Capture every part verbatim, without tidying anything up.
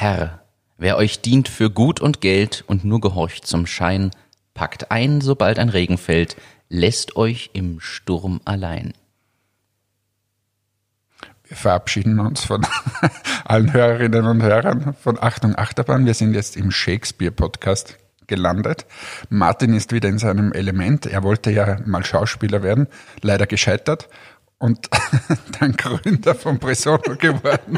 Herr, wer euch dient für Gut und Geld und nur gehorcht zum Schein, packt ein, sobald ein Regen fällt, lässt euch im Sturm allein. Wir verabschieden uns von allen Hörerinnen und Hörern von Achtung Achterbahn. Wir sind jetzt im Shakespeare-Podcast gelandet. Martin ist wieder in seinem Element. Er wollte ja mal Schauspieler werden, leider gescheitert und dann Gründer von Presono geworden.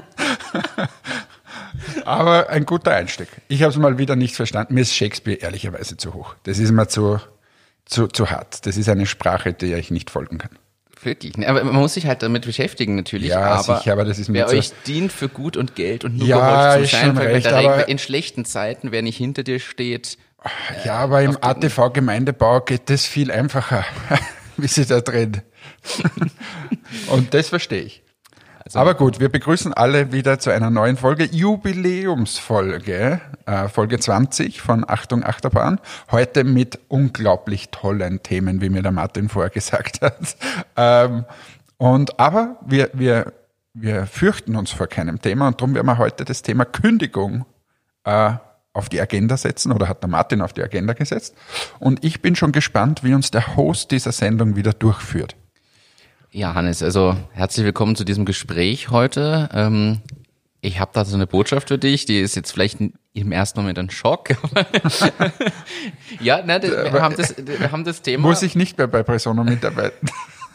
Aber ein guter Einstieg. Ich habe es mal wieder nicht verstanden. Mir ist Shakespeare ehrlicherweise zu hoch. Das ist mir zu, zu, zu hart. Das ist eine Sprache, der ich nicht folgen kann. Wirklich, aber man muss sich halt damit beschäftigen natürlich. Ja, aber sicher, aber das ist mir wer zu... euch dient für Gut und Geld und nur ja, gehorcht zum ist Schein, schon recht, der aber in schlechten Zeiten, wer nicht hinter dir steht. Ja, aber im A T V-Gemeindebau geht das viel einfacher, wie sie da drin. Und das verstehe ich. Also, aber gut, wir begrüßen alle wieder zu einer neuen Folge, Jubiläumsfolge, äh, Folge zwanzig von Achtung Achterbahn. Heute mit unglaublich tollen Themen, wie mir der Martin vorher gesagt hat. Ähm, und aber wir, wir, wir fürchten uns vor keinem Thema und darum werden wir heute das Thema Kündigung äh, auf die Agenda setzen, oder hat der Martin auf die Agenda gesetzt. Und ich bin schon gespannt, wie uns der Host dieser Sendung wieder durchführt. Ja, Hannes, also herzlich willkommen zu diesem Gespräch heute. Ähm, ich habe da so eine Botschaft für dich, die ist jetzt vielleicht im ersten Moment ein Schock. Ja, ne, wir, haben das, wir haben das Thema... Muss ich nicht mehr bei Presono mitarbeiten?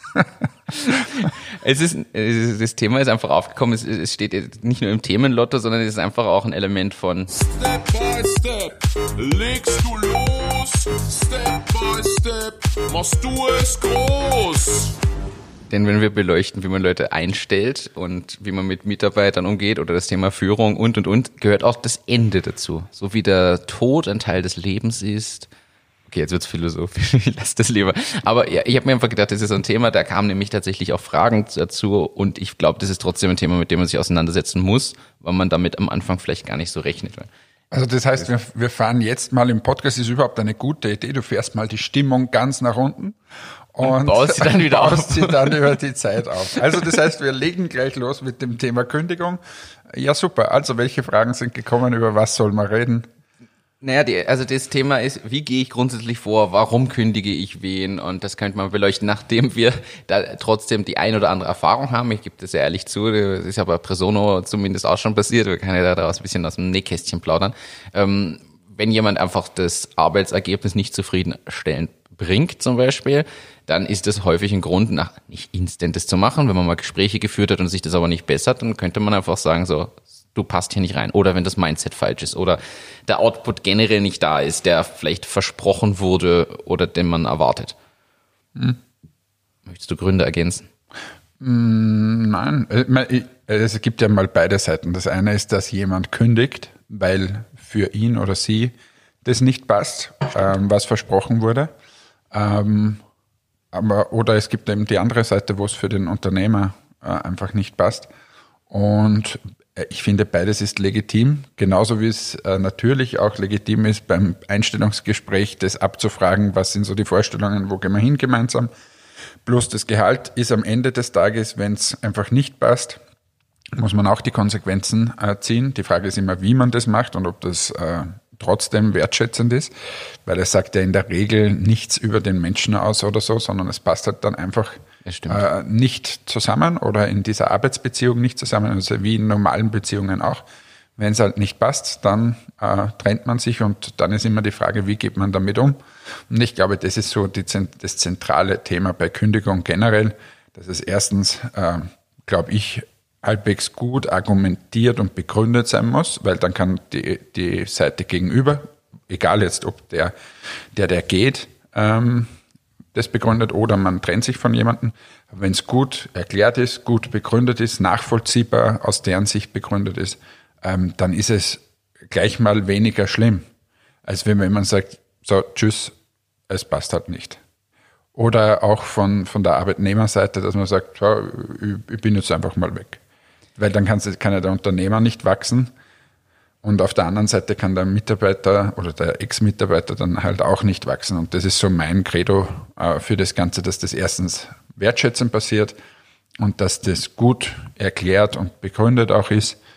Es ist, das Thema ist einfach aufgekommen, es, es steht nicht nur im Themenlotto, sondern es ist einfach auch ein Element von Step by Step legst du los, Step by Step machst du es groß. Denn wenn wir beleuchten, wie man Leute einstellt und wie man mit Mitarbeitern umgeht oder das Thema Führung und, und, und, gehört auch das Ende dazu. So wie der Tod ein Teil des Lebens ist. Okay, jetzt wird's philosophisch, ich lasse das lieber. Aber ja, ich habe mir einfach gedacht, das ist so ein Thema, da kamen nämlich tatsächlich auch Fragen dazu und ich glaube, das ist trotzdem ein Thema, mit dem man sich auseinandersetzen muss, weil man damit am Anfang vielleicht gar nicht so rechnet. Also das heißt, wir, wir fahren jetzt mal im Podcast, ist überhaupt eine gute Idee, du fährst mal die Stimmung ganz nach unten und, und baust sie dann wieder baust auf. sie dann über die Zeit auf. Also das heißt, wir legen gleich los mit dem Thema Kündigung. Ja, super. Also welche Fragen sind gekommen, über was soll man reden? Naja, die, also das Thema ist, wie gehe ich grundsätzlich vor, warum kündige ich wen? Und das könnte man beleuchten, nachdem wir da trotzdem die ein oder andere Erfahrung haben. Ich gebe das ja ehrlich zu, das ist ja bei Presono zumindest auch schon passiert, wir können ja daraus ein bisschen aus dem Nähkästchen plaudern. Ähm, wenn jemand einfach das Arbeitsergebnis nicht zufriedenstellend bringt zum Beispiel, dann ist das häufig ein Grund, nach nicht instant das zu machen. Wenn man mal Gespräche geführt hat und sich das aber nicht bessert, dann könnte man einfach sagen so, du passt hier nicht rein. Oder wenn das Mindset falsch ist oder der Output generell nicht da ist, der vielleicht versprochen wurde oder den man erwartet. Hm. Möchtest du Gründe ergänzen? Nein, es gibt ja mal beide Seiten. Das eine ist, dass jemand kündigt, weil für ihn oder sie das nicht passt, was versprochen wurde. Aber, oder es gibt eben die andere Seite, wo es für den Unternehmer einfach nicht passt. Und ich finde, beides ist legitim, genauso wie es äh, natürlich auch legitim ist, beim Einstellungsgespräch das abzufragen, was sind so die Vorstellungen, wo gehen wir hin gemeinsam. Plus das Gehalt ist am Ende des Tages, wenn es einfach nicht passt, muss man auch die Konsequenzen äh, ziehen. Die Frage ist immer, wie man das macht und ob das äh, trotzdem wertschätzend ist, weil es sagt ja in der Regel nichts über den Menschen aus oder so, sondern es passt halt dann einfach äh, nicht zusammen oder in dieser Arbeitsbeziehung nicht zusammen, also wie in normalen Beziehungen auch. Wenn es halt nicht passt, dann äh, trennt man sich und dann ist immer die Frage, wie geht man damit um? Und ich glaube, das ist so die, das zentrale Thema bei Kündigung generell, dass es erstens, äh, glaube ich, halbwegs gut argumentiert und begründet sein muss, weil dann kann die, die Seite gegenüber, egal jetzt ob der, der, der geht, ähm, das begründet oder man trennt sich von jemandem. Wenn es gut erklärt ist, gut begründet ist, nachvollziehbar aus deren Sicht begründet ist, ähm, dann ist es gleich mal weniger schlimm, als wenn, wenn man sagt, so, tschüss, es passt halt nicht. Oder auch von, von der Arbeitnehmerseite, dass man sagt, so, ich, ich bin jetzt einfach mal weg. Weil dann kann, kann ja der Unternehmer nicht wachsen und auf der anderen Seite kann der Mitarbeiter oder der Ex-Mitarbeiter dann halt auch nicht wachsen. Und das ist so mein Credo äh, für das Ganze, dass das erstens wertschätzend passiert und dass das gut erklärt und begründet auch ist.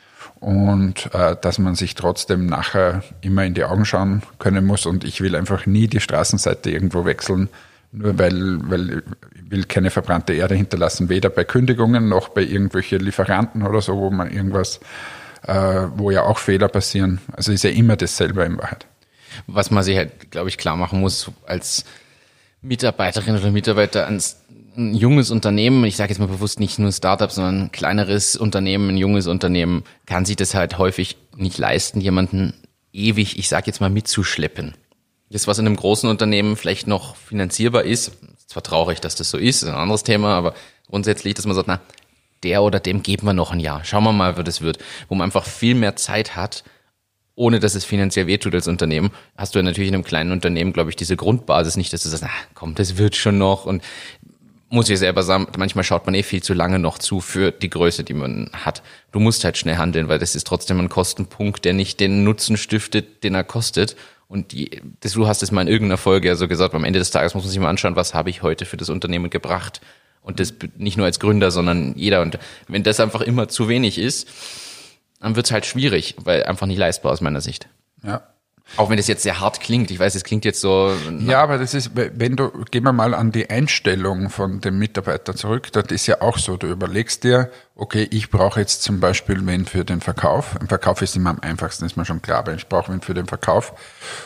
und äh, dass man sich trotzdem nachher immer in die Augen schauen können muss. Und ich will einfach nie die Straßenseite irgendwo wechseln, nur weil, weil ich will keine verbrannte Erde hinterlassen, weder bei Kündigungen noch bei irgendwelchen Lieferanten oder so, wo man irgendwas, äh, wo ja auch Fehler passieren. Also ist ja immer dasselbe in Wahrheit. Was man sich halt, glaube ich, klar machen muss als Mitarbeiterin oder Mitarbeiter ans ein junges Unternehmen, ich sage jetzt mal bewusst nicht nur Startup, sondern ein kleineres Unternehmen, ein junges Unternehmen, kann sich das halt häufig nicht leisten, jemanden ewig, ich sage jetzt mal, mitzuschleppen. Das, was in einem großen Unternehmen vielleicht noch finanzierbar ist, ist zwar traurig, dass das so ist, ist ein anderes Thema, aber grundsätzlich, dass man sagt, na, der oder dem geben wir noch ein Jahr, schauen wir mal, wie das wird, wo man einfach viel mehr Zeit hat, ohne dass es finanziell wehtut als Unternehmen, hast du ja natürlich in einem kleinen Unternehmen, glaube ich, diese Grundbasis nicht, dass du sagst, na komm, das wird schon noch. Und muss ich selber sagen, manchmal schaut man eh viel zu lange noch zu für die Größe, die man hat. Du musst halt schnell handeln, weil das ist trotzdem ein Kostenpunkt, der nicht den Nutzen stiftet, den er kostet. Und die, das, du hast es mal in irgendeiner Folge ja so gesagt, am Ende des Tages muss man sich mal anschauen, was habe ich heute für das Unternehmen gebracht. Und das nicht nur als Gründer, sondern jeder. Und wenn das einfach immer zu wenig ist, dann wird es halt schwierig, weil einfach nicht leistbar aus meiner Sicht. Ja. Auch wenn das jetzt sehr hart klingt. Ich weiß, es klingt jetzt so... Ja, aber das ist, wenn du, gehen wir mal an die Einstellung von dem Mitarbeiter zurück, das ist ja auch so, du überlegst dir, okay, ich brauche jetzt zum Beispiel wen für den Verkauf. Im Verkauf ist immer am einfachsten, ist mir schon klar, aber ich brauche wen für den Verkauf.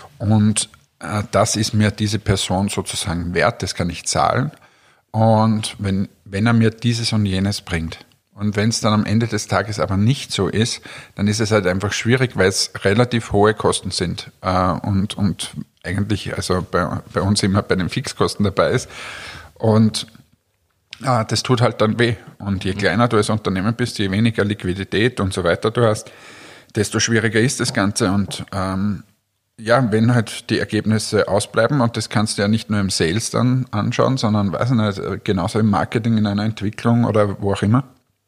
Und äh, das ist mir diese Person sozusagen wert, das kann ich zahlen. Und wenn, wenn er mir dieses und jenes bringt, und wenn es dann am Ende des Tages aber nicht so ist, dann ist es halt einfach schwierig, weil es relativ hohe Kosten sind äh, und, und eigentlich also bei, bei uns immer bei den Fixkosten dabei ist. Und äh, das tut halt dann weh. Und je kleiner du als Unternehmen bist, je weniger Liquidität und so weiter du hast, desto schwieriger ist das Ganze. Und ähm, ja, wenn halt die Ergebnisse ausbleiben, und das kannst du ja nicht nur im Sales dann anschauen, sondern weiß ich nicht, genauso im Marketing, in einer Entwicklung oder wo auch immer,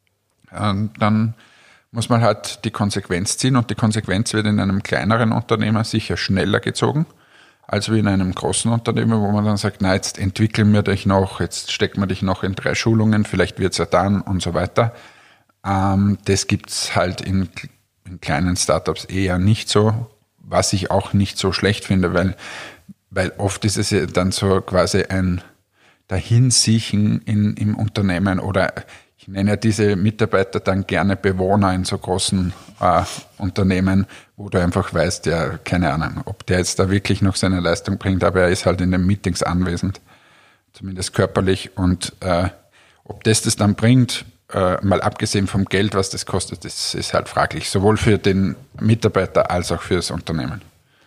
dann muss man halt die Konsequenz ziehen, und die Konsequenz wird in einem kleineren Unternehmen sicher schneller gezogen, als wie in einem großen Unternehmen, wo man dann sagt, na, jetzt entwickeln wir dich noch, jetzt stecken wir dich noch in drei Schulungen, vielleicht wird's ja dann und so weiter. Ähm, das gibt's halt in, in kleinen Startups eher nicht so, was ich auch nicht so schlecht finde, weil, weil oft ist es ja dann so quasi ein Dahinsiechen in, im Unternehmen, oder ich nenne ja diese Mitarbeiter dann gerne Bewohner in so großen äh, Unternehmen, wo du einfach weißt, ja, keine Ahnung, ob der jetzt da wirklich noch seine Leistung bringt, aber er ist halt in den Meetings anwesend, zumindest körperlich, und äh, ob das das dann bringt, äh, mal abgesehen vom Geld, was das kostet, das ist halt fraglich, sowohl für den Mitarbeiter als auch für das Unternehmen.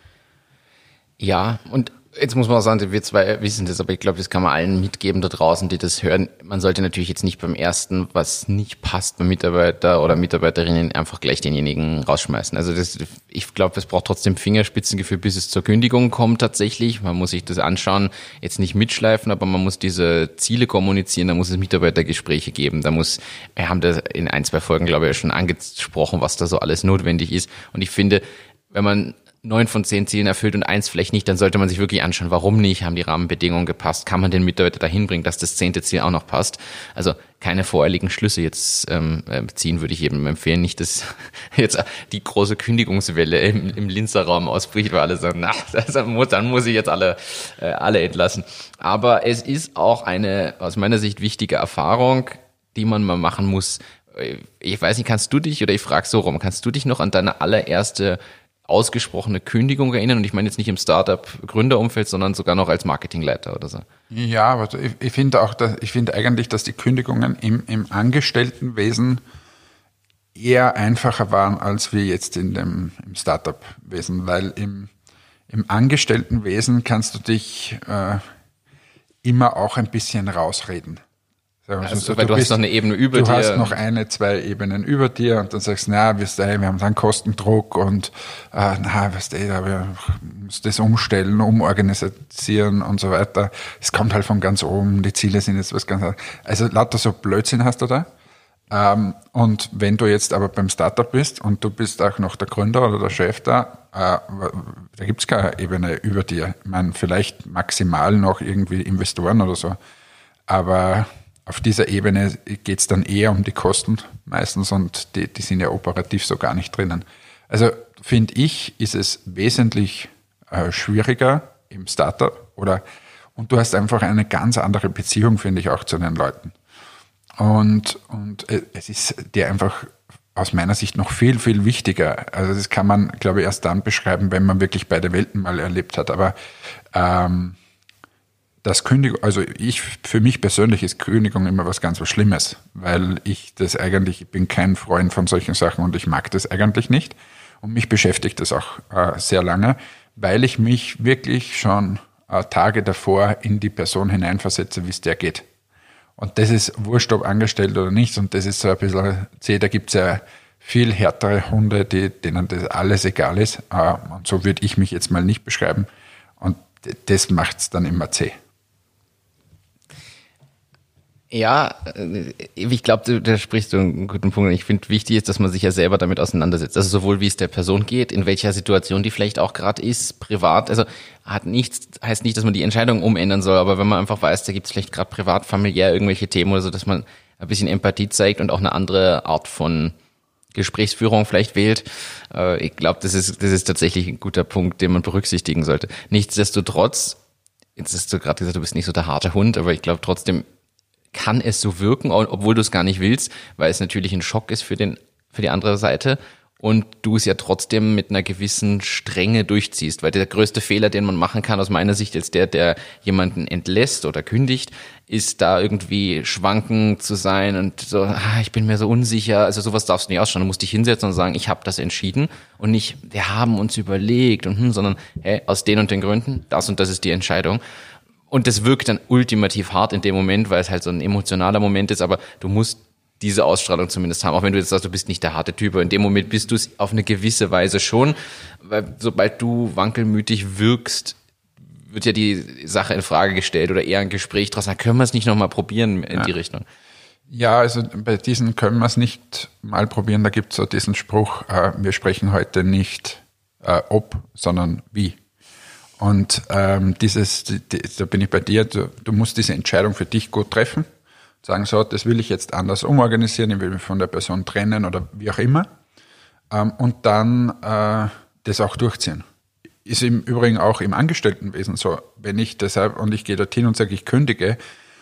Ja, und jetzt muss man auch sagen, wir zwei wissen das, aber ich glaube, das kann man allen mitgeben da draußen, die das hören. Man sollte natürlich jetzt nicht beim ersten, was nicht passt beim Mitarbeiter oder Mitarbeiterinnen, einfach gleich denjenigen rausschmeißen. Also das, ich glaube, es braucht trotzdem Fingerspitzengefühl, bis es zur Kündigung kommt tatsächlich. Man muss sich das anschauen, jetzt nicht mitschleifen, aber man muss diese Ziele kommunizieren, da muss es Mitarbeitergespräche geben, da muss, wir haben das in ein, zwei Folgen, glaube ich, schon angesprochen, was da so alles notwendig ist. Und ich finde, wenn man neun von zehn Zielen erfüllt und eins vielleicht nicht, dann sollte man sich wirklich anschauen, warum nicht, haben die Rahmenbedingungen gepasst, kann man den Mitarbeiter dahin bringen, dass das zehnte Ziel auch noch passt. Also keine voreiligen Schlüsse jetzt ähm, ziehen, würde ich jedem empfehlen, nicht, dass jetzt die große Kündigungswelle im, im Linzer Raum ausbricht, weil alle sagen, na, dann muss, dann muss ich jetzt alle, äh, alle entlassen. Aber es ist auch eine aus meiner Sicht wichtige Erfahrung, die man mal machen muss. Ich weiß nicht, kannst du dich, oder ich frage so rum, kannst du dich noch an deine allererste ausgesprochene Kündigung erinnern? Und ich meine jetzt nicht im Startup-Gründerumfeld, sondern sogar noch als Marketingleiter oder so. Ja, aber ich, ich finde auch, dass, ich finde eigentlich, dass die Kündigungen im, im Angestelltenwesen eher einfacher waren als wir jetzt in dem im Startup-Wesen, weil im, im Angestelltenwesen kannst du dich äh, immer auch ein bisschen rausreden. Also, also, weil du, du bist, hast noch eine Ebene über du dir. Du hast noch eine, zwei Ebenen über dir, und dann sagst du, na, weißt du, wir haben dann Kostendruck und äh, na, weißt du, wir müssen das umstellen, umorganisieren und so weiter. Es kommt halt von ganz oben, die Ziele sind jetzt was ganz anderes. Also lauter so Blödsinn hast du da. Ähm, und wenn du jetzt aber beim Startup bist und du bist auch noch der Gründer oder der Chef da, äh, da gibt's keine Ebene über dir. Ich meine, vielleicht maximal noch irgendwie Investoren oder so. Aber auf dieser Ebene geht es dann eher um die Kosten meistens und die, die sind ja operativ so gar nicht drinnen. Also finde ich, ist es wesentlich äh, schwieriger im Startup oder und du hast einfach eine ganz andere Beziehung, finde ich, auch zu den Leuten. Und, und es ist dir einfach aus meiner Sicht noch viel, viel wichtiger. Also das kann man, glaube ich, erst dann beschreiben, wenn man wirklich beide Welten mal erlebt hat. Aber ähm, das Kündigung, also ich, für mich persönlich ist Kündigung immer was ganz was Schlimmes, weil ich das eigentlich, ich bin kein Freund von solchen Sachen und ich mag das eigentlich nicht. Und mich beschäftigt das auch äh, sehr lange, weil ich mich wirklich schon äh, Tage davor in die Person hineinversetze, wie es der geht. Und das ist wurscht, ob angestellt oder nicht. Und das ist so ein bisschen, sehe, da gibt es ja viel härtere Hunde, die, denen das alles egal ist. Äh, und so würde ich mich jetzt mal nicht beschreiben. Und das macht es dann immer zäh. Ja, ich glaube, da sprichst du einen guten Punkt. Ich finde, wichtig ist, dass man sich ja selber damit auseinandersetzt. Also sowohl wie es der Person geht, in welcher Situation die vielleicht auch gerade ist, privat. Also hat nichts, heißt nicht, dass man die Entscheidung umändern soll, aber wenn man einfach weiß, da gibt es vielleicht gerade privat, familiär irgendwelche Themen oder so, dass man ein bisschen Empathie zeigt und auch eine andere Art von Gesprächsführung vielleicht wählt. Ich glaube, das ist, das ist tatsächlich ein guter Punkt, den man berücksichtigen sollte. Nichtsdestotrotz, jetzt hast du gerade gesagt, du bist nicht so der harte Hund, aber ich glaube trotzdem, kann es so wirken, obwohl du es gar nicht willst, weil es natürlich ein Schock ist für den, für die andere Seite und du es ja trotzdem mit einer gewissen Strenge durchziehst, weil der größte Fehler, den man machen kann aus meiner Sicht als der, der jemanden entlässt oder kündigt, ist da irgendwie schwanken zu sein und so, ah, ich bin mir so unsicher, also sowas darfst du nicht ausschauen, du musst dich hinsetzen und sagen, ich habe das entschieden und nicht, wir haben uns überlegt und hm, sondern hey, aus den und den Gründen, das und das ist die Entscheidung. Und das wirkt dann ultimativ hart in dem Moment, weil es halt so ein emotionaler Moment ist, aber du musst diese Ausstrahlung zumindest haben, auch wenn du jetzt sagst, du bist nicht der harte Typ. In dem Moment bist du es auf eine gewisse Weise schon, weil sobald du wankelmütig wirkst, wird ja die Sache in Frage gestellt oder eher ein Gespräch draus. Na, können wir es nicht nochmal probieren in ja. die Richtung? Ja, also bei diesen können wir es nicht mal probieren. Da gibt es so diesen Spruch, äh, wir sprechen heute nicht äh, ob, sondern wie. Und ähm, dieses, die, da bin ich bei dir, du, du musst diese Entscheidung für dich gut treffen. Sagen so, das will ich jetzt anders umorganisieren, ich will mich von der Person trennen oder wie auch immer. Ähm, und dann äh, das auch durchziehen. Ist im Übrigen auch im Angestelltenwesen so. Wenn ich deshalb, und ich gehe dorthin und sage, ich kündige,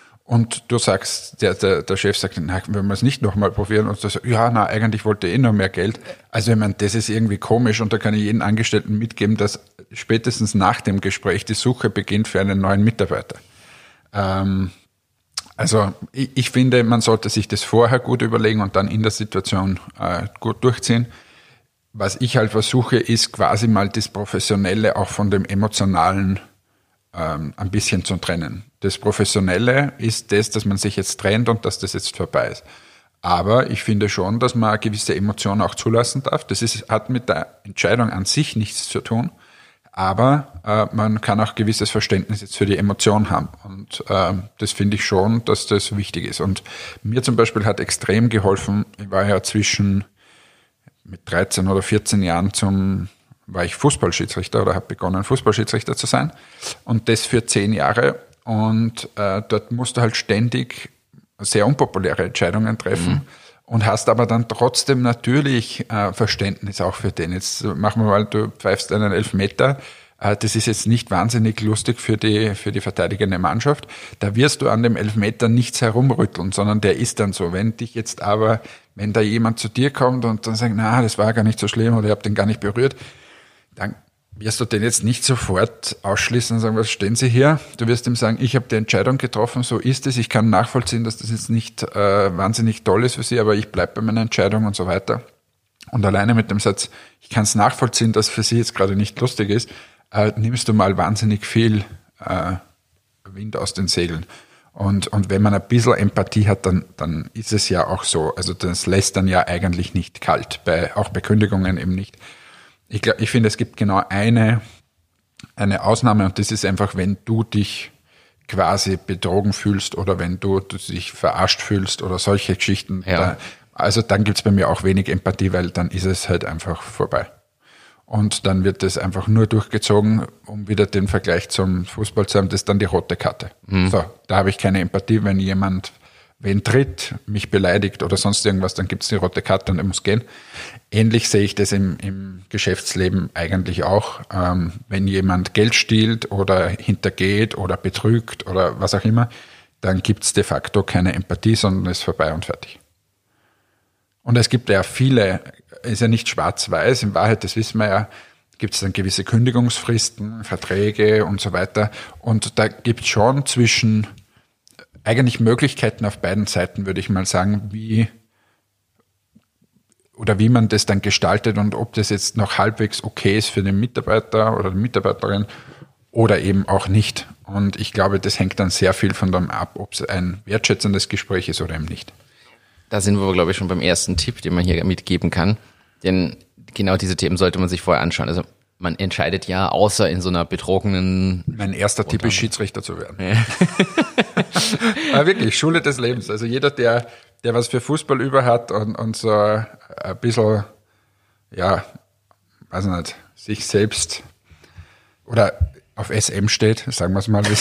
und du sagst, der, der, der Chef sagt, na, wenn wir es nicht nochmal probieren, und du sagst, ja, na, eigentlich wollte ich eh noch mehr Geld. Also ich meine, das ist irgendwie komisch und da kann ich jedem Angestellten mitgeben, dass spätestens nach dem Gespräch die Suche beginnt für einen neuen Mitarbeiter. Ähm, also ich, ich finde, man sollte sich das vorher gut überlegen und dann in der Situation äh, gut durchziehen. Was ich halt versuche, ist quasi mal das Professionelle auch von dem Emotionalen ähm, ein bisschen zu trennen. Das Professionelle ist das, dass man sich jetzt trennt und dass das jetzt vorbei ist. Aber ich finde schon, dass man eine gewisse Emotion auch zulassen darf. Das ist, hat mit der Entscheidung an sich nichts zu tun. Aber äh, man kann auch gewisses Verständnis jetzt für die Emotion haben. Und äh, das finde ich schon, dass das wichtig ist. Und mir zum Beispiel hat extrem geholfen, ich war ja zwischen mit dreizehn oder vierzehn Jahren zum, war ich Fußballschiedsrichter oder habe begonnen, Fußballschiedsrichter zu sein. Und das für zehn Jahre. Und äh, dort musst du halt ständig sehr unpopuläre Entscheidungen treffen. Mhm. Und hast aber dann trotzdem natürlich äh, Verständnis auch für den. Jetzt machen wir mal, du pfeifst einen Elfmeter. Äh, das ist jetzt nicht wahnsinnig lustig für die, für die verteidigende Mannschaft. Da wirst du an dem Elfmeter nichts herumrütteln, sondern der ist dann so. Wenn dich jetzt aber, wenn da jemand zu dir kommt und dann sagt, na, das war gar nicht so schlimm oder ich habe den gar nicht berührt, dann wirst du den jetzt nicht sofort ausschließen und sagen, was stehen Sie hier? Du wirst ihm sagen, ich habe die Entscheidung getroffen, so ist es. Ich kann nachvollziehen, dass das jetzt nicht äh, wahnsinnig toll ist für Sie, aber ich bleibe bei meiner Entscheidung und so weiter. Und alleine mit dem Satz, ich kann es nachvollziehen, dass für Sie jetzt gerade nicht lustig ist, äh, nimmst du mal wahnsinnig viel äh, Wind aus den Segeln. Und, und wenn man ein bisschen Empathie hat, dann, dann ist es ja auch so. Also das lässt dann ja eigentlich nicht kalt, bei, auch bei Kündigungen eben nicht. Ich, glaub, ich finde, es gibt genau eine, eine Ausnahme und das ist einfach, wenn du dich quasi betrogen fühlst oder wenn du, du dich verarscht fühlst oder solche Geschichten. Ja. Da, also dann gibt's bei mir auch wenig Empathie, weil dann ist es halt einfach vorbei. Und dann wird das einfach nur durchgezogen, um wieder den Vergleich zum Fußball zu haben, das ist dann die rote Karte. Mhm. So, da habe ich keine Empathie, wenn jemand wen tritt, mich beleidigt oder sonst irgendwas, dann gibt es die rote Karte und er muss gehen. Ähnlich sehe ich das im, im Geschäftsleben eigentlich auch. Ähm, wenn jemand Geld stiehlt oder hintergeht oder betrügt oder was auch immer, dann gibt es de facto keine Empathie, sondern ist vorbei und fertig. Und es gibt ja viele, ist ja nicht schwarz-weiß, in Wahrheit, das wissen wir ja, gibt es dann gewisse Kündigungsfristen, Verträge und so weiter. Und da gibt es schon zwischen eigentlich Möglichkeiten auf beiden Seiten, würde ich mal sagen, wie oder wie man das dann gestaltet und ob das jetzt noch halbwegs okay ist für den Mitarbeiter oder die Mitarbeiterin oder eben auch nicht. Und ich glaube, das hängt dann sehr viel von dem ab, ob es ein wertschätzendes Gespräch ist oder eben nicht. Da sind wir, glaube ich, schon beim ersten Tipp, den man hier mitgeben kann. Denn genau diese Themen sollte man sich vorher anschauen. Also man entscheidet ja, außer in so einer betrogenen... Mein erster Tipp ist, Schiedsrichter zu werden. Ja. Aber wirklich, Schule des Lebens. Also jeder, der, der was für Fußball über hat und, und so ein bisschen, ja, weiß nicht, sich selbst oder auf S M steht, sagen wir es mal.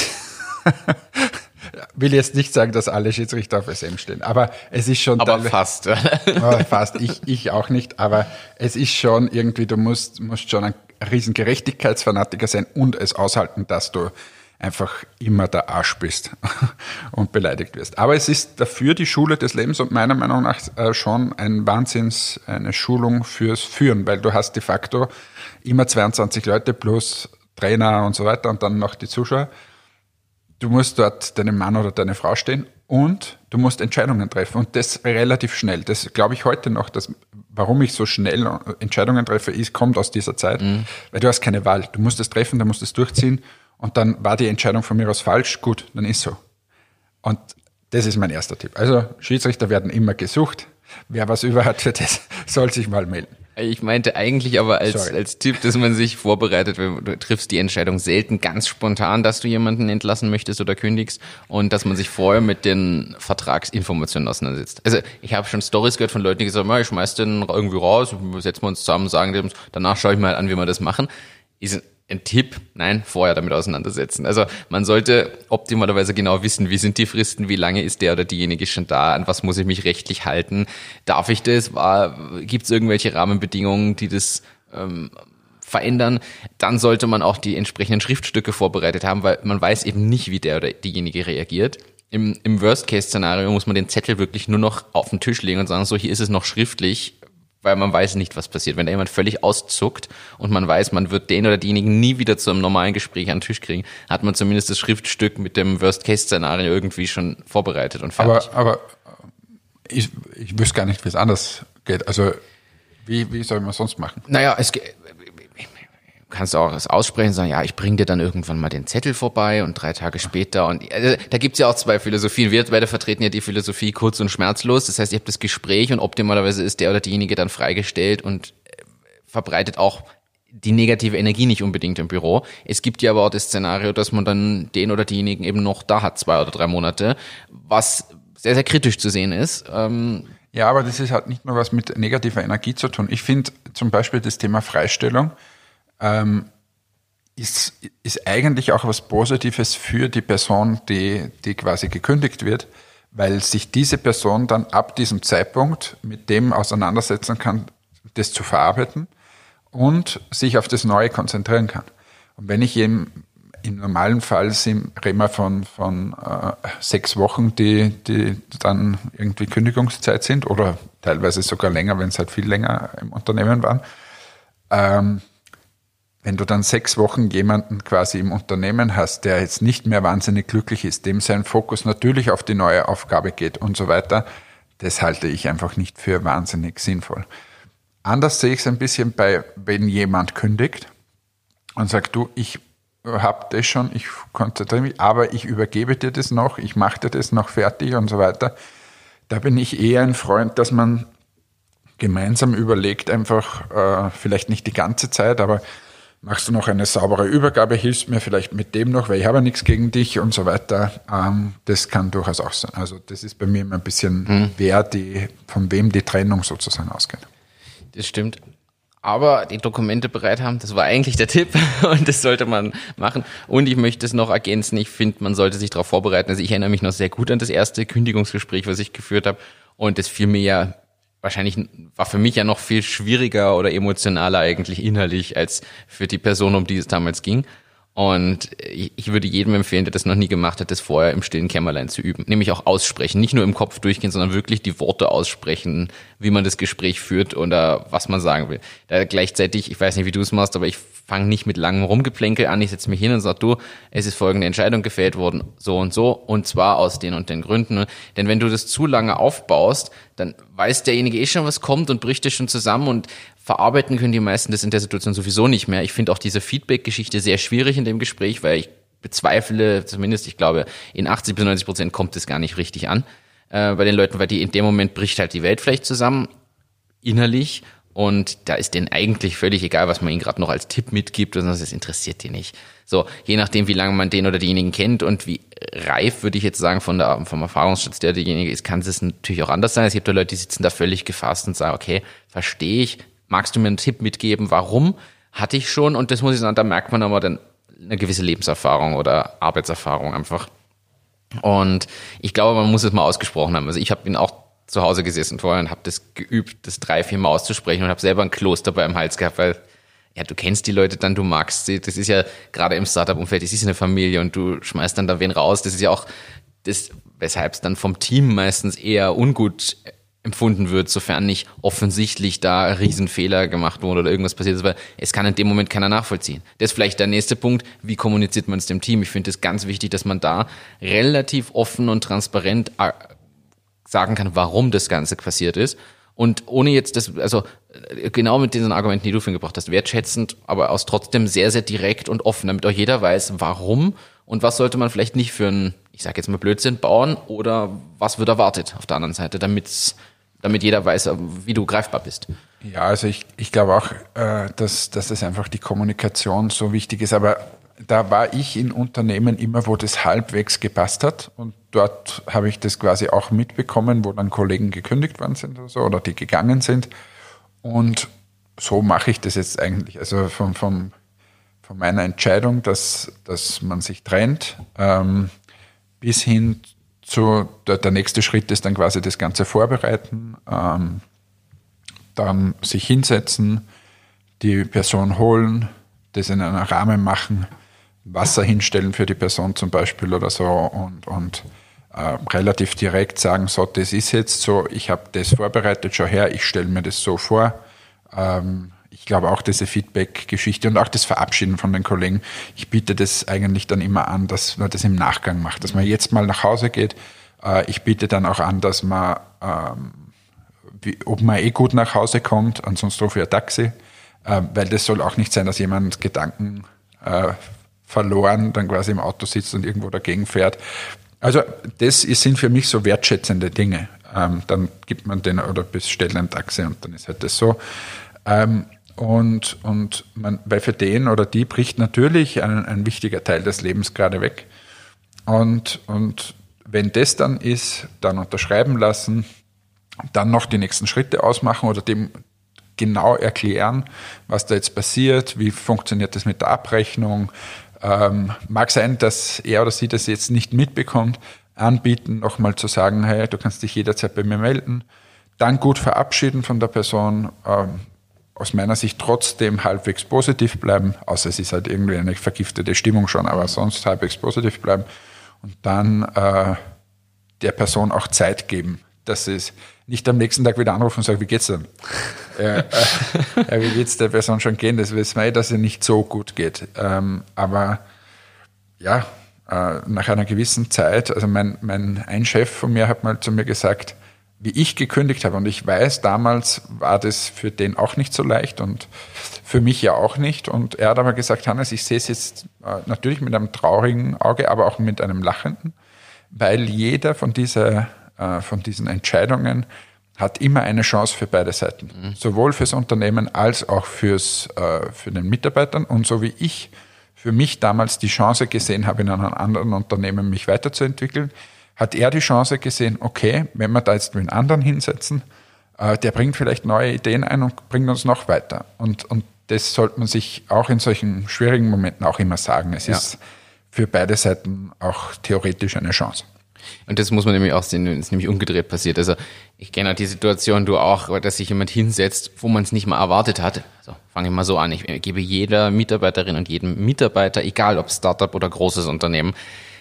Will jetzt nicht sagen, dass alle Schiedsrichter auf S M stehen, aber es ist schon... Aber fast. Aber fast, ich, ich auch nicht, aber es ist schon irgendwie, du musst, musst schon ein riesen Gerechtigkeitsfanatiker sein und es aushalten, dass du einfach immer der Arsch bist und beleidigt wirst. Aber es ist dafür die Schule des Lebens und meiner Meinung nach schon ein Wahnsinns, eine Schulung fürs Führen, weil du hast de facto immer zweiundzwanzig Leute plus Trainer und so weiter und dann noch die Zuschauer. Du musst dort deinem Mann oder deine Frau stehen und du musst Entscheidungen treffen und das relativ schnell. Das glaube ich heute noch, dass, warum ich so schnell Entscheidungen treffe, ist, kommt aus dieser Zeit, mhm. weil du hast keine Wahl. Du musst es treffen, du musst es durchziehen und dann war die Entscheidung von mir aus falsch, gut, dann ist so. Und das ist mein erster Tipp. Also Schiedsrichter werden immer gesucht. Wer was über hat für das, soll sich mal melden. Ich meinte eigentlich aber als, als Tipp, dass man sich vorbereitet, weil du triffst die Entscheidung selten ganz spontan, dass du jemanden entlassen möchtest oder kündigst und dass man sich vorher mit den Vertragsinformationen auseinandersetzt. Also ich habe schon Storys gehört von Leuten, die gesagt haben, ich schmeiß den irgendwie raus, setzen wir uns zusammen, sagen dem, danach schaue ich mal an, wie wir das machen. Ist ein Tipp, nein, vorher damit auseinandersetzen. Also man sollte optimalerweise genau wissen, wie sind die Fristen, wie lange ist der oder diejenige schon da, an was muss ich mich rechtlich halten, darf ich das, gibt es irgendwelche Rahmenbedingungen, die das ähm, verändern, dann sollte man auch die entsprechenden Schriftstücke vorbereitet haben, weil man weiß eben nicht, wie der oder diejenige reagiert. Im, im Worst-Case-Szenario muss man den Zettel wirklich nur noch auf den Tisch legen und sagen, so, hier ist es noch schriftlich, weil man weiß nicht, was passiert. Wenn da jemand völlig auszuckt und man weiß, man wird den oder diejenigen nie wieder zu einem normalen Gespräch an den Tisch kriegen, hat man zumindest das Schriftstück mit dem Worst-Case-Szenario irgendwie schon vorbereitet und fertig. Aber, aber ich, ich wüsste gar nicht, wie es anders geht. Also wie, wie soll man sonst machen? Naja, es geht... Kannst du auch das aussprechen, sagen, ja, ich bring dir dann irgendwann mal den Zettel vorbei und drei Tage später und also, da gibt's ja auch zwei Philosophien. Wir beide vertreten ja die Philosophie kurz und schmerzlos. Das heißt, ihr habt das Gespräch und optimalerweise ist der oder diejenige dann freigestellt und äh, verbreitet auch die negative Energie nicht unbedingt im Büro. Es gibt ja aber auch das Szenario, dass man dann den oder diejenigen eben noch da hat, zwei oder drei Monate, was sehr, sehr kritisch zu sehen ist. Ähm, ja, aber das ist halt nicht nur was mit negativer Energie zu tun. Ich finde zum Beispiel das Thema Freistellung Ähm, ist, ist eigentlich auch was Positives für die Person, die, die quasi gekündigt wird, weil sich diese Person dann ab diesem Zeitpunkt mit dem auseinandersetzen kann, das zu verarbeiten und sich auf das Neue konzentrieren kann. Und wenn ich eben im normalen Fall sind, reden wir von, von äh, sechs Wochen, die, die dann irgendwie Kündigungszeit sind oder teilweise sogar länger, wenn es halt viel länger im Unternehmen waren, ähm, wenn du dann sechs Wochen jemanden quasi im Unternehmen hast, der jetzt nicht mehr wahnsinnig glücklich ist, dem sein Fokus natürlich auf die neue Aufgabe geht und so weiter, das halte ich einfach nicht für wahnsinnig sinnvoll. Anders sehe ich es ein bisschen bei, wenn jemand kündigt und sagt, du, ich habe das schon, ich konzentriere mich, aber ich übergebe dir das noch, ich mache dir das noch fertig und so weiter. Da bin ich eher ein Freund, dass man gemeinsam überlegt, einfach äh, vielleicht nicht die ganze Zeit, aber machst du noch eine saubere Übergabe, hilfst mir vielleicht mit dem noch, weil ich habe ja nichts gegen dich und so weiter. Ähm, das kann durchaus auch sein. Also das ist bei mir immer ein bisschen, hm. wer die, von wem die Trennung sozusagen ausgeht. Das stimmt. Aber die Dokumente bereit haben, das war eigentlich der Tipp und das sollte man machen. Und ich möchte es noch ergänzen, ich finde, man sollte sich darauf vorbereiten. Also ich erinnere mich noch sehr gut an das erste Kündigungsgespräch, was ich geführt habe. Und das fiel mir ja wahrscheinlich, war für mich ja noch viel schwieriger oder emotionaler eigentlich innerlich als für die Person, um die es damals ging. Und ich würde jedem empfehlen, der das noch nie gemacht hat, das vorher im stillen Kämmerlein zu üben. Nämlich auch aussprechen, nicht nur im Kopf durchgehen, sondern wirklich die Worte aussprechen, wie man das Gespräch führt oder was man sagen will. Da gleichzeitig, ich weiß nicht, wie du es machst, aber ich fange nicht mit langem Rumgeplänkel an. Ich setze mich hin und sage, du, es ist folgende Entscheidung gefällt worden, so und so, und zwar aus den und den Gründen. Denn wenn du das zu lange aufbaust, dann weiß derjenige eh schon, was kommt und bricht es schon zusammen und verarbeiten können die meisten das in der Situation sowieso nicht mehr. Ich finde auch diese Feedback-Geschichte sehr schwierig in dem Gespräch, weil ich bezweifle, zumindest ich glaube, in achtzig bis neunzig Prozent kommt es gar nicht richtig an äh, bei den Leuten, weil die in dem Moment bricht halt die Welt vielleicht zusammen, innerlich. Und da ist denen eigentlich völlig egal, was man ihnen gerade noch als Tipp mitgibt, sondern das interessiert die nicht. So, je nachdem, wie lange man den oder diejenigen kennt und wie reif, würde ich jetzt sagen, von der, vom Erfahrungsschatz, der derjenige ist, kann es natürlich auch anders sein. Es gibt ja Leute, die sitzen da völlig gefasst und sagen, okay, verstehe ich, magst du mir einen Tipp mitgeben, warum? Hatte ich schon, und das muss ich sagen, da merkt man aber dann eine gewisse Lebenserfahrung oder Arbeitserfahrung einfach. Und ich glaube, man muss es mal ausgesprochen haben. Also ich habe ihn auch zu Hause gesessen vorher und habe das geübt, das drei, vier Mal auszusprechen und habe selber ein Kloster bei im Hals gehabt, weil ja, du kennst die Leute dann, du magst sie. Das ist ja gerade im Startup-Umfeld, das ist eine Familie und du schmeißt dann da wen raus. Das ist ja auch das, weshalb es dann vom Team meistens eher ungut empfunden wird, sofern nicht offensichtlich da Riesenfehler gemacht wurde oder irgendwas passiert ist, weil es kann in dem Moment keiner nachvollziehen. Das ist vielleicht der nächste Punkt, wie kommuniziert man es dem Team? Ich finde es ganz wichtig, dass man da relativ offen und transparent sagen kann, warum das Ganze passiert ist. Und ohne jetzt das, also genau mit diesen Argumenten, die du vorhin gebracht hast, wertschätzend, aber aus trotzdem sehr, sehr direkt und offen, damit auch jeder weiß, warum und was sollte man vielleicht nicht für einen, ich sage jetzt mal Blödsinn, bauen oder was wird erwartet auf der anderen Seite, damit damit jeder weiß, wie du greifbar bist. Ja, also ich, ich glaube auch, äh, dass, dass das einfach die Kommunikation so wichtig ist, aber da war ich in Unternehmen immer, wo das halbwegs gepasst hat und dort habe ich das quasi auch mitbekommen, wo dann Kollegen gekündigt worden sind oder so oder die gegangen sind und so mache ich das jetzt eigentlich, also von, von, von meiner Entscheidung, dass, dass man sich trennt, ähm, bis hin zu, der, der nächste Schritt ist dann quasi das Ganze vorbereiten, ähm, dann sich hinsetzen, die Person holen, das in einem Rahmen machen, Wasser hinstellen für die Person zum Beispiel oder so und, und äh, relativ direkt sagen, so, das ist jetzt so, ich habe das vorbereitet, schau her, ich stelle mir das so vor. Ähm, ich glaube auch diese Feedback-Geschichte und auch das Verabschieden von den Kollegen, ich biete das eigentlich dann immer an, dass man das im Nachgang macht, dass man jetzt mal nach Hause geht. Äh, ich biete dann auch an, dass man, ähm, wie, ob man eh gut nach Hause kommt, ansonsten rufe ich ein Taxi, äh, weil das soll auch nicht sein, dass jemand Gedanken äh, verloren dann quasi im Auto sitzt und irgendwo dagegen fährt. Also das sind für mich so wertschätzende Dinge. Ähm, dann gibt man den oder bestellt ein Taxi und dann ist halt das so. Ähm, und und man, weil für den oder die bricht natürlich ein, ein wichtiger Teil des Lebens gerade weg. Und, und wenn das dann ist, dann unterschreiben lassen, dann noch die nächsten Schritte ausmachen oder dem genau erklären, was da jetzt passiert, wie funktioniert das mit der Abrechnung. Ähm, mag sein, dass er oder sie das jetzt nicht mitbekommt, anbieten, nochmal zu sagen, hey, du kannst dich jederzeit bei mir melden, dann gut verabschieden von der Person, ähm, aus meiner Sicht trotzdem halbwegs positiv bleiben, außer es ist halt irgendwie eine vergiftete Stimmung schon, aber sonst halbwegs positiv bleiben und dann äh, der Person auch Zeit geben, dass es nicht am nächsten Tag wieder anrufen und sagen, wie geht's denn? äh, äh, wie geht's der Person schon gehen? Das wissen wir eh, dass es nicht so gut geht. Ähm, aber ja, äh, nach einer gewissen Zeit, also mein, mein ein Chef von mir hat mal zu mir gesagt, wie ich gekündigt habe, und ich weiß, damals war das für den auch nicht so leicht und für mich ja auch nicht. Und er hat aber gesagt, Hannes, ich sehe es jetzt äh, natürlich mit einem traurigen Auge, aber auch mit einem lachenden, weil jeder von dieser von diesen Entscheidungen hat immer eine Chance für beide Seiten. Mhm. Sowohl fürs Unternehmen als auch fürs, äh, für den Mitarbeitern. Und so wie ich für mich damals die Chance gesehen habe, in einem anderen Unternehmen mich weiterzuentwickeln, hat er die Chance gesehen, okay, wenn wir da jetzt mit anderen hinsetzen, äh, der bringt vielleicht neue Ideen ein und bringt uns noch weiter. Und, und das sollte man sich auch in solchen schwierigen Momenten auch immer sagen. Es ja. ist für beide Seiten auch theoretisch eine Chance. Und das muss man nämlich auch sehen, wenn es nämlich umgedreht passiert. Also ich kenne auch die Situation, du auch, dass sich jemand hinsetzt, wo man es nicht mal erwartet hat. Also fange ich mal so an, ich gebe jeder Mitarbeiterin und jedem Mitarbeiter, egal ob Startup oder großes Unternehmen,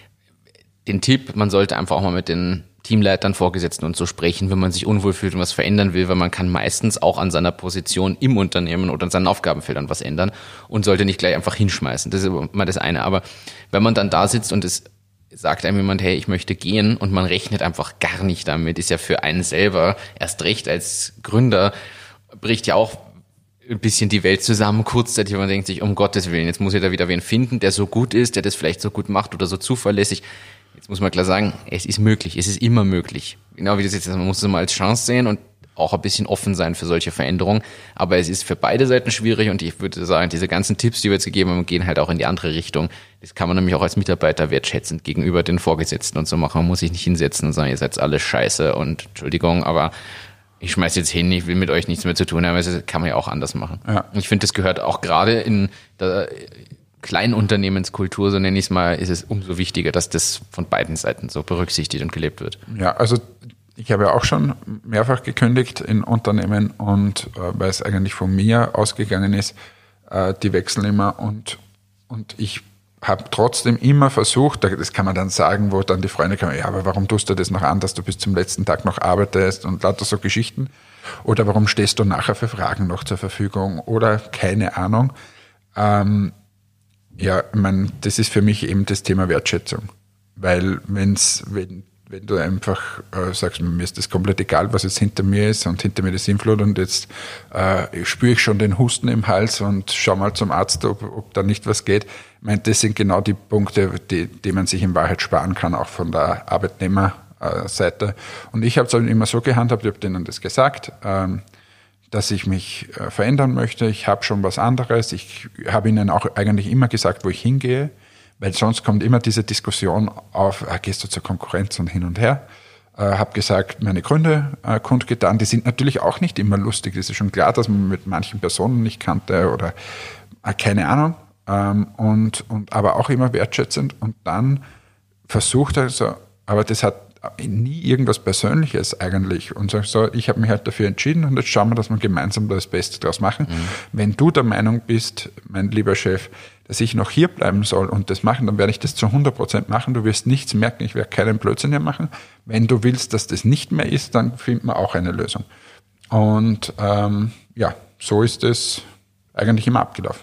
den Tipp, man sollte einfach auch mal mit den Teamleitern, Vorgesetzten und so sprechen, wenn man sich unwohl fühlt und was verändern will, weil man kann meistens auch an seiner Position im Unternehmen oder an seinen Aufgabenfeldern was ändern und sollte nicht gleich einfach hinschmeißen. Das ist mal das eine. Aber wenn man dann da sitzt und es sagt einem jemand, hey, ich möchte gehen und man rechnet einfach gar nicht damit, ist ja für einen selber, erst recht als Gründer, bricht ja auch ein bisschen die Welt zusammen, kurzzeitig, man denkt sich, um Gottes Willen, jetzt muss ich da wieder wen finden, der so gut ist, der das vielleicht so gut macht oder so zuverlässig. Jetzt muss man klar sagen, es ist möglich, es ist immer möglich. Genau wie das jetzt ist, man muss es mal als Chance sehen und auch ein bisschen offen sein für solche Veränderungen. Aber es ist für beide Seiten schwierig und ich würde sagen, diese ganzen Tipps, die wir jetzt gegeben haben, gehen halt auch in die andere Richtung. Das kann man nämlich auch als Mitarbeiter wertschätzend gegenüber den Vorgesetzten und so machen. Man muss sich nicht hinsetzen und sagen, ihr seid alles scheiße und Entschuldigung, aber ich schmeiß jetzt hin, ich will mit euch nichts mehr zu tun haben. Das kann man ja auch anders machen. Ja. Ich finde, das gehört auch gerade in der Kleinunternehmenskultur, so nenne ich es mal, ist es umso wichtiger, dass das von beiden Seiten so berücksichtigt und gelebt wird. Ja, also ich habe ja auch schon mehrfach gekündigt in Unternehmen und äh, weil es eigentlich von mir ausgegangen ist, äh, die wechseln immer und, und ich habe trotzdem immer versucht, das kann man dann sagen, wo dann die Freunde kommen, ja, aber warum tust du das noch an, dass du bis zum letzten Tag noch arbeitest und lauter so Geschichten oder warum stehst du nachher für Fragen noch zur Verfügung oder keine Ahnung. Ähm, ja, ich meine, das ist für mich eben das Thema Wertschätzung, weil wenn's, wenn Wenn du einfach äh, sagst, mir ist das komplett egal, was jetzt hinter mir ist und hinter mir das Sinnflut und jetzt äh, spüre ich schon den Husten im Hals und schau mal zum Arzt, ob, ob da nicht was geht. Ich meine, das sind genau die Punkte, die, die man sich in Wahrheit sparen kann, auch von der Arbeitnehmerseite. Und ich habe es immer so gehandhabt, ich habe denen das gesagt, ähm, dass ich mich äh, verändern möchte. Ich habe schon was anderes. Ich habe ihnen auch eigentlich immer gesagt, wo ich hingehe. Weil sonst kommt immer diese Diskussion auf, ah, gehst du zur Konkurrenz und hin und her. Äh, habe gesagt, meine Gründe äh, kundgetan, die sind natürlich auch nicht immer lustig. Das ist schon klar, dass man mit manchen Personen nicht kannte oder äh, keine Ahnung. Ähm, und, und aber auch immer wertschätzend. Und dann versucht er so, aber das hat nie irgendwas Persönliches eigentlich. Und so, so ich habe mich halt dafür entschieden und jetzt schauen wir, dass wir gemeinsam das Beste daraus machen. Mhm. Wenn du der Meinung bist, mein lieber Chef, dass ich noch hier bleiben soll und das machen, dann werde ich das zu hundert Prozent machen. Du wirst nichts merken, ich werde keinen Blödsinn mehr machen. Wenn du willst, dass das nicht mehr ist, dann finden wir auch eine Lösung. Und ähm, ja, so ist es eigentlich immer abgelaufen.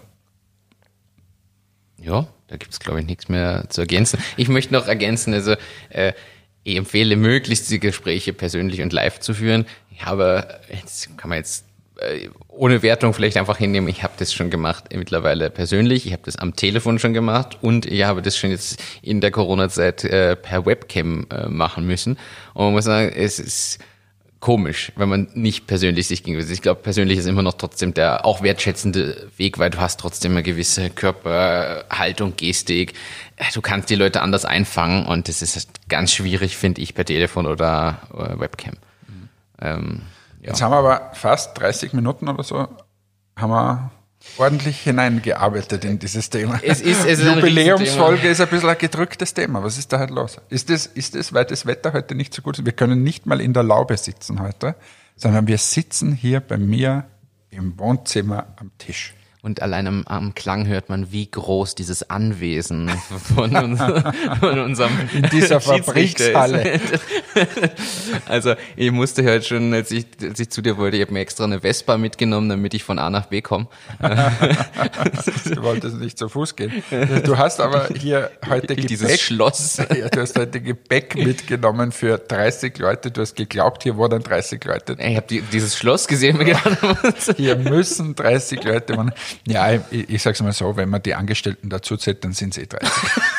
Ja, da gibt es, glaube ich, nichts mehr zu ergänzen. Ich möchte noch ergänzen, also äh, ich empfehle möglichst die Gespräche persönlich und live zu führen. Ich habe, jetzt kann man jetzt äh, ohne Wertung vielleicht einfach hinnehmen, ich habe das schon gemacht mittlerweile persönlich, ich habe das am Telefon schon gemacht und ich habe das schon jetzt in der Corona-Zeit äh, per Webcam äh, machen müssen. Und man muss sagen, es ist komisch, wenn man nicht persönlich sich gegenüber sitzt. Ich glaube, persönlich ist immer noch trotzdem der auch wertschätzende Weg, weil du hast trotzdem eine gewisse Körperhaltung, Gestik. Du kannst die Leute anders einfangen und das ist ganz schwierig, finde ich, per Telefon oder äh, Webcam. Mhm. Ähm, ja. Jetzt haben wir aber fast dreißig Minuten oder so, haben wir ordentlich hineingearbeitet in dieses Thema. Es ist, es ist Jubiläumsfolge ist ein bisschen ein gedrücktes Thema. Was ist da halt los? Ist das, ist das, weil das Wetter heute nicht so gut ist? Wir können nicht mal in der Laube sitzen heute, sondern wir sitzen hier bei mir im Wohnzimmer am Tisch. Und allein am, am Klang hört man, wie groß dieses Anwesen von, uns, von unserem in dieser Fabrikshalle. Also ich musste halt schon, als ich, als ich zu dir wollte, ich habe mir extra eine Vespa mitgenommen, damit ich von A nach B komme. Du wolltest nicht zu Fuß gehen. Du hast aber hier heute Gepäck. Dieses Schloss. Ja, du hast heute Gepäck mitgenommen für dreißig Leute. Du hast geglaubt, hier wurden dreißig Leute. Ich habe die, dieses Schloss gesehen. Mir hier müssen dreißig Leute wohnen. Ja, ich, ich sag's mal so, wenn man die Angestellten dazu zählt, dann sind es eh dreißig.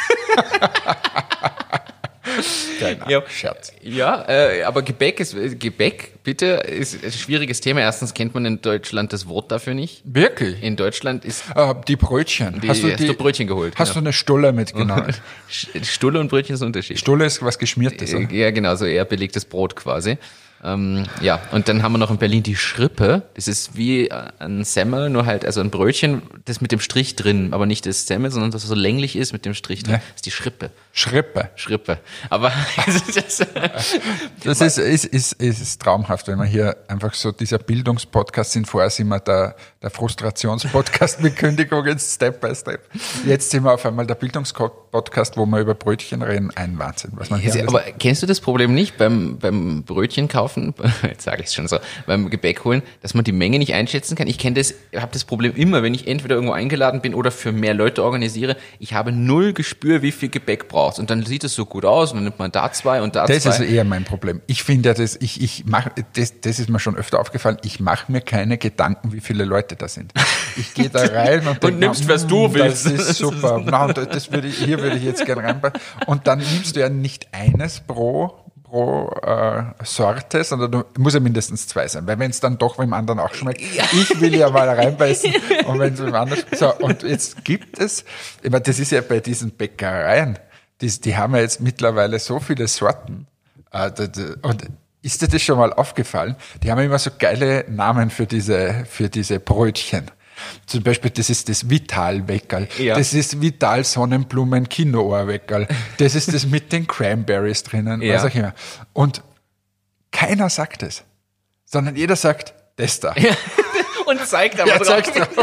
Kleiner ja, Scherz. Ja, äh, aber Gebäck ist, Gebäck, bitte, ist ein schwieriges Thema. Erstens kennt man in Deutschland das Wort dafür nicht. Wirklich? In Deutschland ist... Äh, die Brötchen. Die, hast du, die, hast du Brötchen geholt? Hast genau. du eine Stulle mitgenommen? Stulle und Brötchen ist ein Unterschied. Stulle ist was Geschmiertes, oder? Ja, genau, so eher belegtes Brot quasi. Ähm, ja, und dann haben wir noch in Berlin die Schrippe. Das ist wie ein Semmel, nur halt, also ein Brötchen, das mit dem Strich drin, aber nicht das Semmel, sondern das so länglich ist mit dem Strich drin. Ja. Das ist die Schrippe. Schrippe. Schrippe. Aber das, Das ist, ist, ist, ist traumhaft, wenn man hier einfach so, dieser Bildungspodcast sind, vorher sind wir der, der Frustrationspodcast mit Kündigungen Step by Step. Jetzt sind wir auf einmal der Bildungspodcast, wo wir über Brötchen reden. Ein Wahnsinn, was man hier Ja, aber kennst du das Problem nicht beim, beim Brötchen kaufen, jetzt sage ich es schon so, beim Gebäck holen, dass man die Menge nicht einschätzen kann? Ich kenne das, habe das Problem immer, wenn ich entweder irgendwo eingeladen bin oder für mehr Leute organisiere, ich habe null Gespür, wie viel Gebäck brauchst. Und dann sieht es so gut aus und dann nimmt man da zwei und da Das zwei. ist eher mein Problem. Ich finde ja, das, ich, ich mach, das, das ist mir schon öfter aufgefallen, ich mache mir keine Gedanken, wie viele Leute da sind. Ich gehe da rein und, und denk, nimmst, na, was du willst. Das ist super. Na, und das würde ich, hier würde ich jetzt gerne reinbauen. Und dann nimmst du ja nicht eines pro pro äh, Sorte, sondern du muss ja mindestens zwei sein, weil wenn es dann doch beim anderen auch schmeckt, ja. Ich will ja mal reinbeißen und wenn es beim anderen so, und jetzt gibt es, ich meine, das ist ja bei diesen Bäckereien, die, die haben ja jetzt mittlerweile so viele Sorten äh, und ist dir das schon mal aufgefallen? Die haben ja immer so geile Namen für diese, für diese Brötchen. Zum Beispiel, das ist das Vital-Weckerl, ja. Das ist Vital Sonnenblumen Quinoa-Weckerl, das ist das mit den Cranberries drinnen, ja. Was auch immer. Und keiner sagt es, sondern jeder sagt, das da. Ja. Und zeigt aber ja, drauf. Zeigt drauf.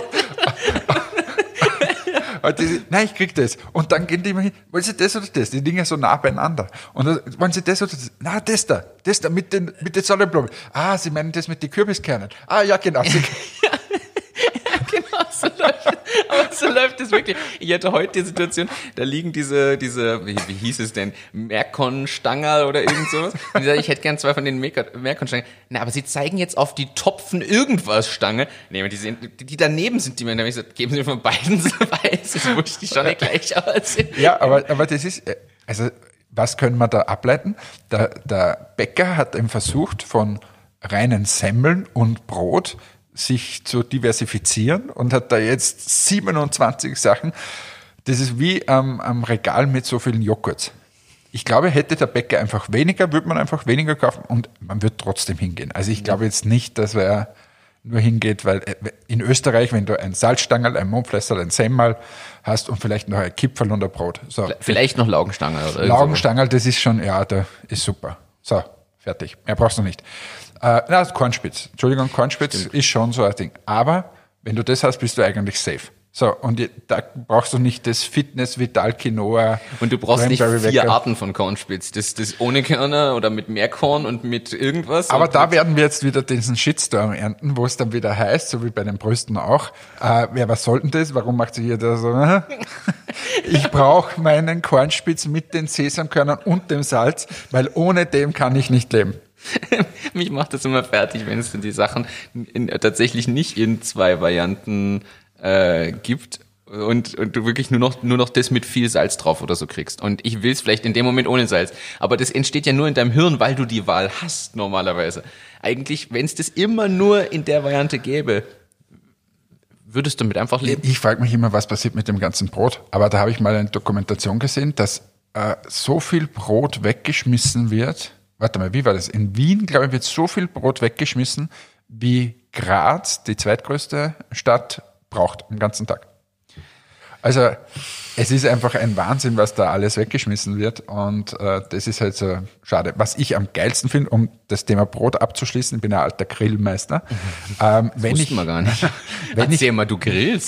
Und die, nein, ich krieg das. Und dann gehen die immer hin, wollen Sie das oder das? Die Dinge so nah beieinander. Und dann, wollen Sie das oder das? Na, das da, das da, mit den, mit den Sonnenblumen. Ah, Sie meinen das mit den Kürbiskernen. Ah, ja, genau. Sie, Genau, so läuft es. Aber so läuft es wirklich. Ich hatte heute die Situation, da liegen diese, diese, wie, wie hieß es denn, Merkon-Stangerl oder irgend sowas. Und ich sage, ich hätte gern zwei von den Merkon-Stangerl. Na, aber sie zeigen jetzt auf die Topfen-Irgendwas-Stange. Nee, die, sind, die, die daneben sind, die mir, da habe ich gesagt, geben Sie mir von beiden so weiß, es wurscht, die schon nicht gleich aus. Ja, aber, aber das ist, also, was können wir da ableiten? Der, der Bäcker hat eben versucht, von reinen Semmeln und Brot sich zu diversifizieren und hat da jetzt siebenundzwanzig Sachen. Das ist wie ähm, am Regal mit so vielen Joghurts. Ich glaube, hätte der Bäcker einfach weniger, würde man einfach weniger kaufen und man wird trotzdem hingehen. Also ich glaube jetzt nicht, dass er nur hingeht, weil in Österreich, wenn du ein Salzstangerl, ein Mondflässerl, ein Semmel hast und vielleicht noch ein Kipferl und ein Brot. So. Vielleicht noch Laugenstangerl. Oder Laugenstangerl, das ist schon, ja, der ist super. So, fertig. Mehr brauchst du nicht. Äh, na, Kornspitz. Entschuldigung, Kornspitz Stimmt. Ist schon so ein Ding. Aber wenn du das hast, bist du eigentlich safe. So, und je, da brauchst du nicht das Fitness, Vital, Quinoa. Und du brauchst nicht vier Wecker. Arten von Kornspitz. Das, das ohne Körner oder mit mehr Korn und mit irgendwas. Aber da werden wir jetzt wieder diesen Shitstorm ernten, wo es dann wieder heißt, so wie bei den Brüsten auch, äh, ja, was soll denn das? Warum macht sich jeder so? Ich brauche meinen Kornspitz mit den Sesamkörnern und dem Salz, weil ohne dem kann ich nicht leben. Mich macht das immer fertig, wenn es die Sachen in, tatsächlich nicht in zwei Varianten äh, gibt und, und du wirklich nur noch nur noch das mit viel Salz drauf oder so kriegst. Und ich will es vielleicht in dem Moment ohne Salz. Aber das entsteht ja nur in deinem Hirn, weil du die Wahl hast normalerweise. Eigentlich, wenn es das immer nur in der Variante gäbe, würdest du damit einfach leben? Ich frage mich immer, was passiert mit dem ganzen Brot. Aber da habe ich mal eine Dokumentation gesehen, dass äh, so viel Brot weggeschmissen wird. Warte mal, wie war das? In Wien, glaube ich, wird so viel Brot weggeschmissen, wie Graz, die zweitgrößte Stadt, braucht am ganzen Tag. Also es ist einfach ein Wahnsinn, was da alles weggeschmissen wird und äh, das ist halt so schade. Was ich am geilsten finde, um das Thema Brot abzuschließen, ich bin ein alter Grillmeister. Ähm, das wenn wussten ich, wir gar nicht. Wenn Erzähl ich mal, du grillst.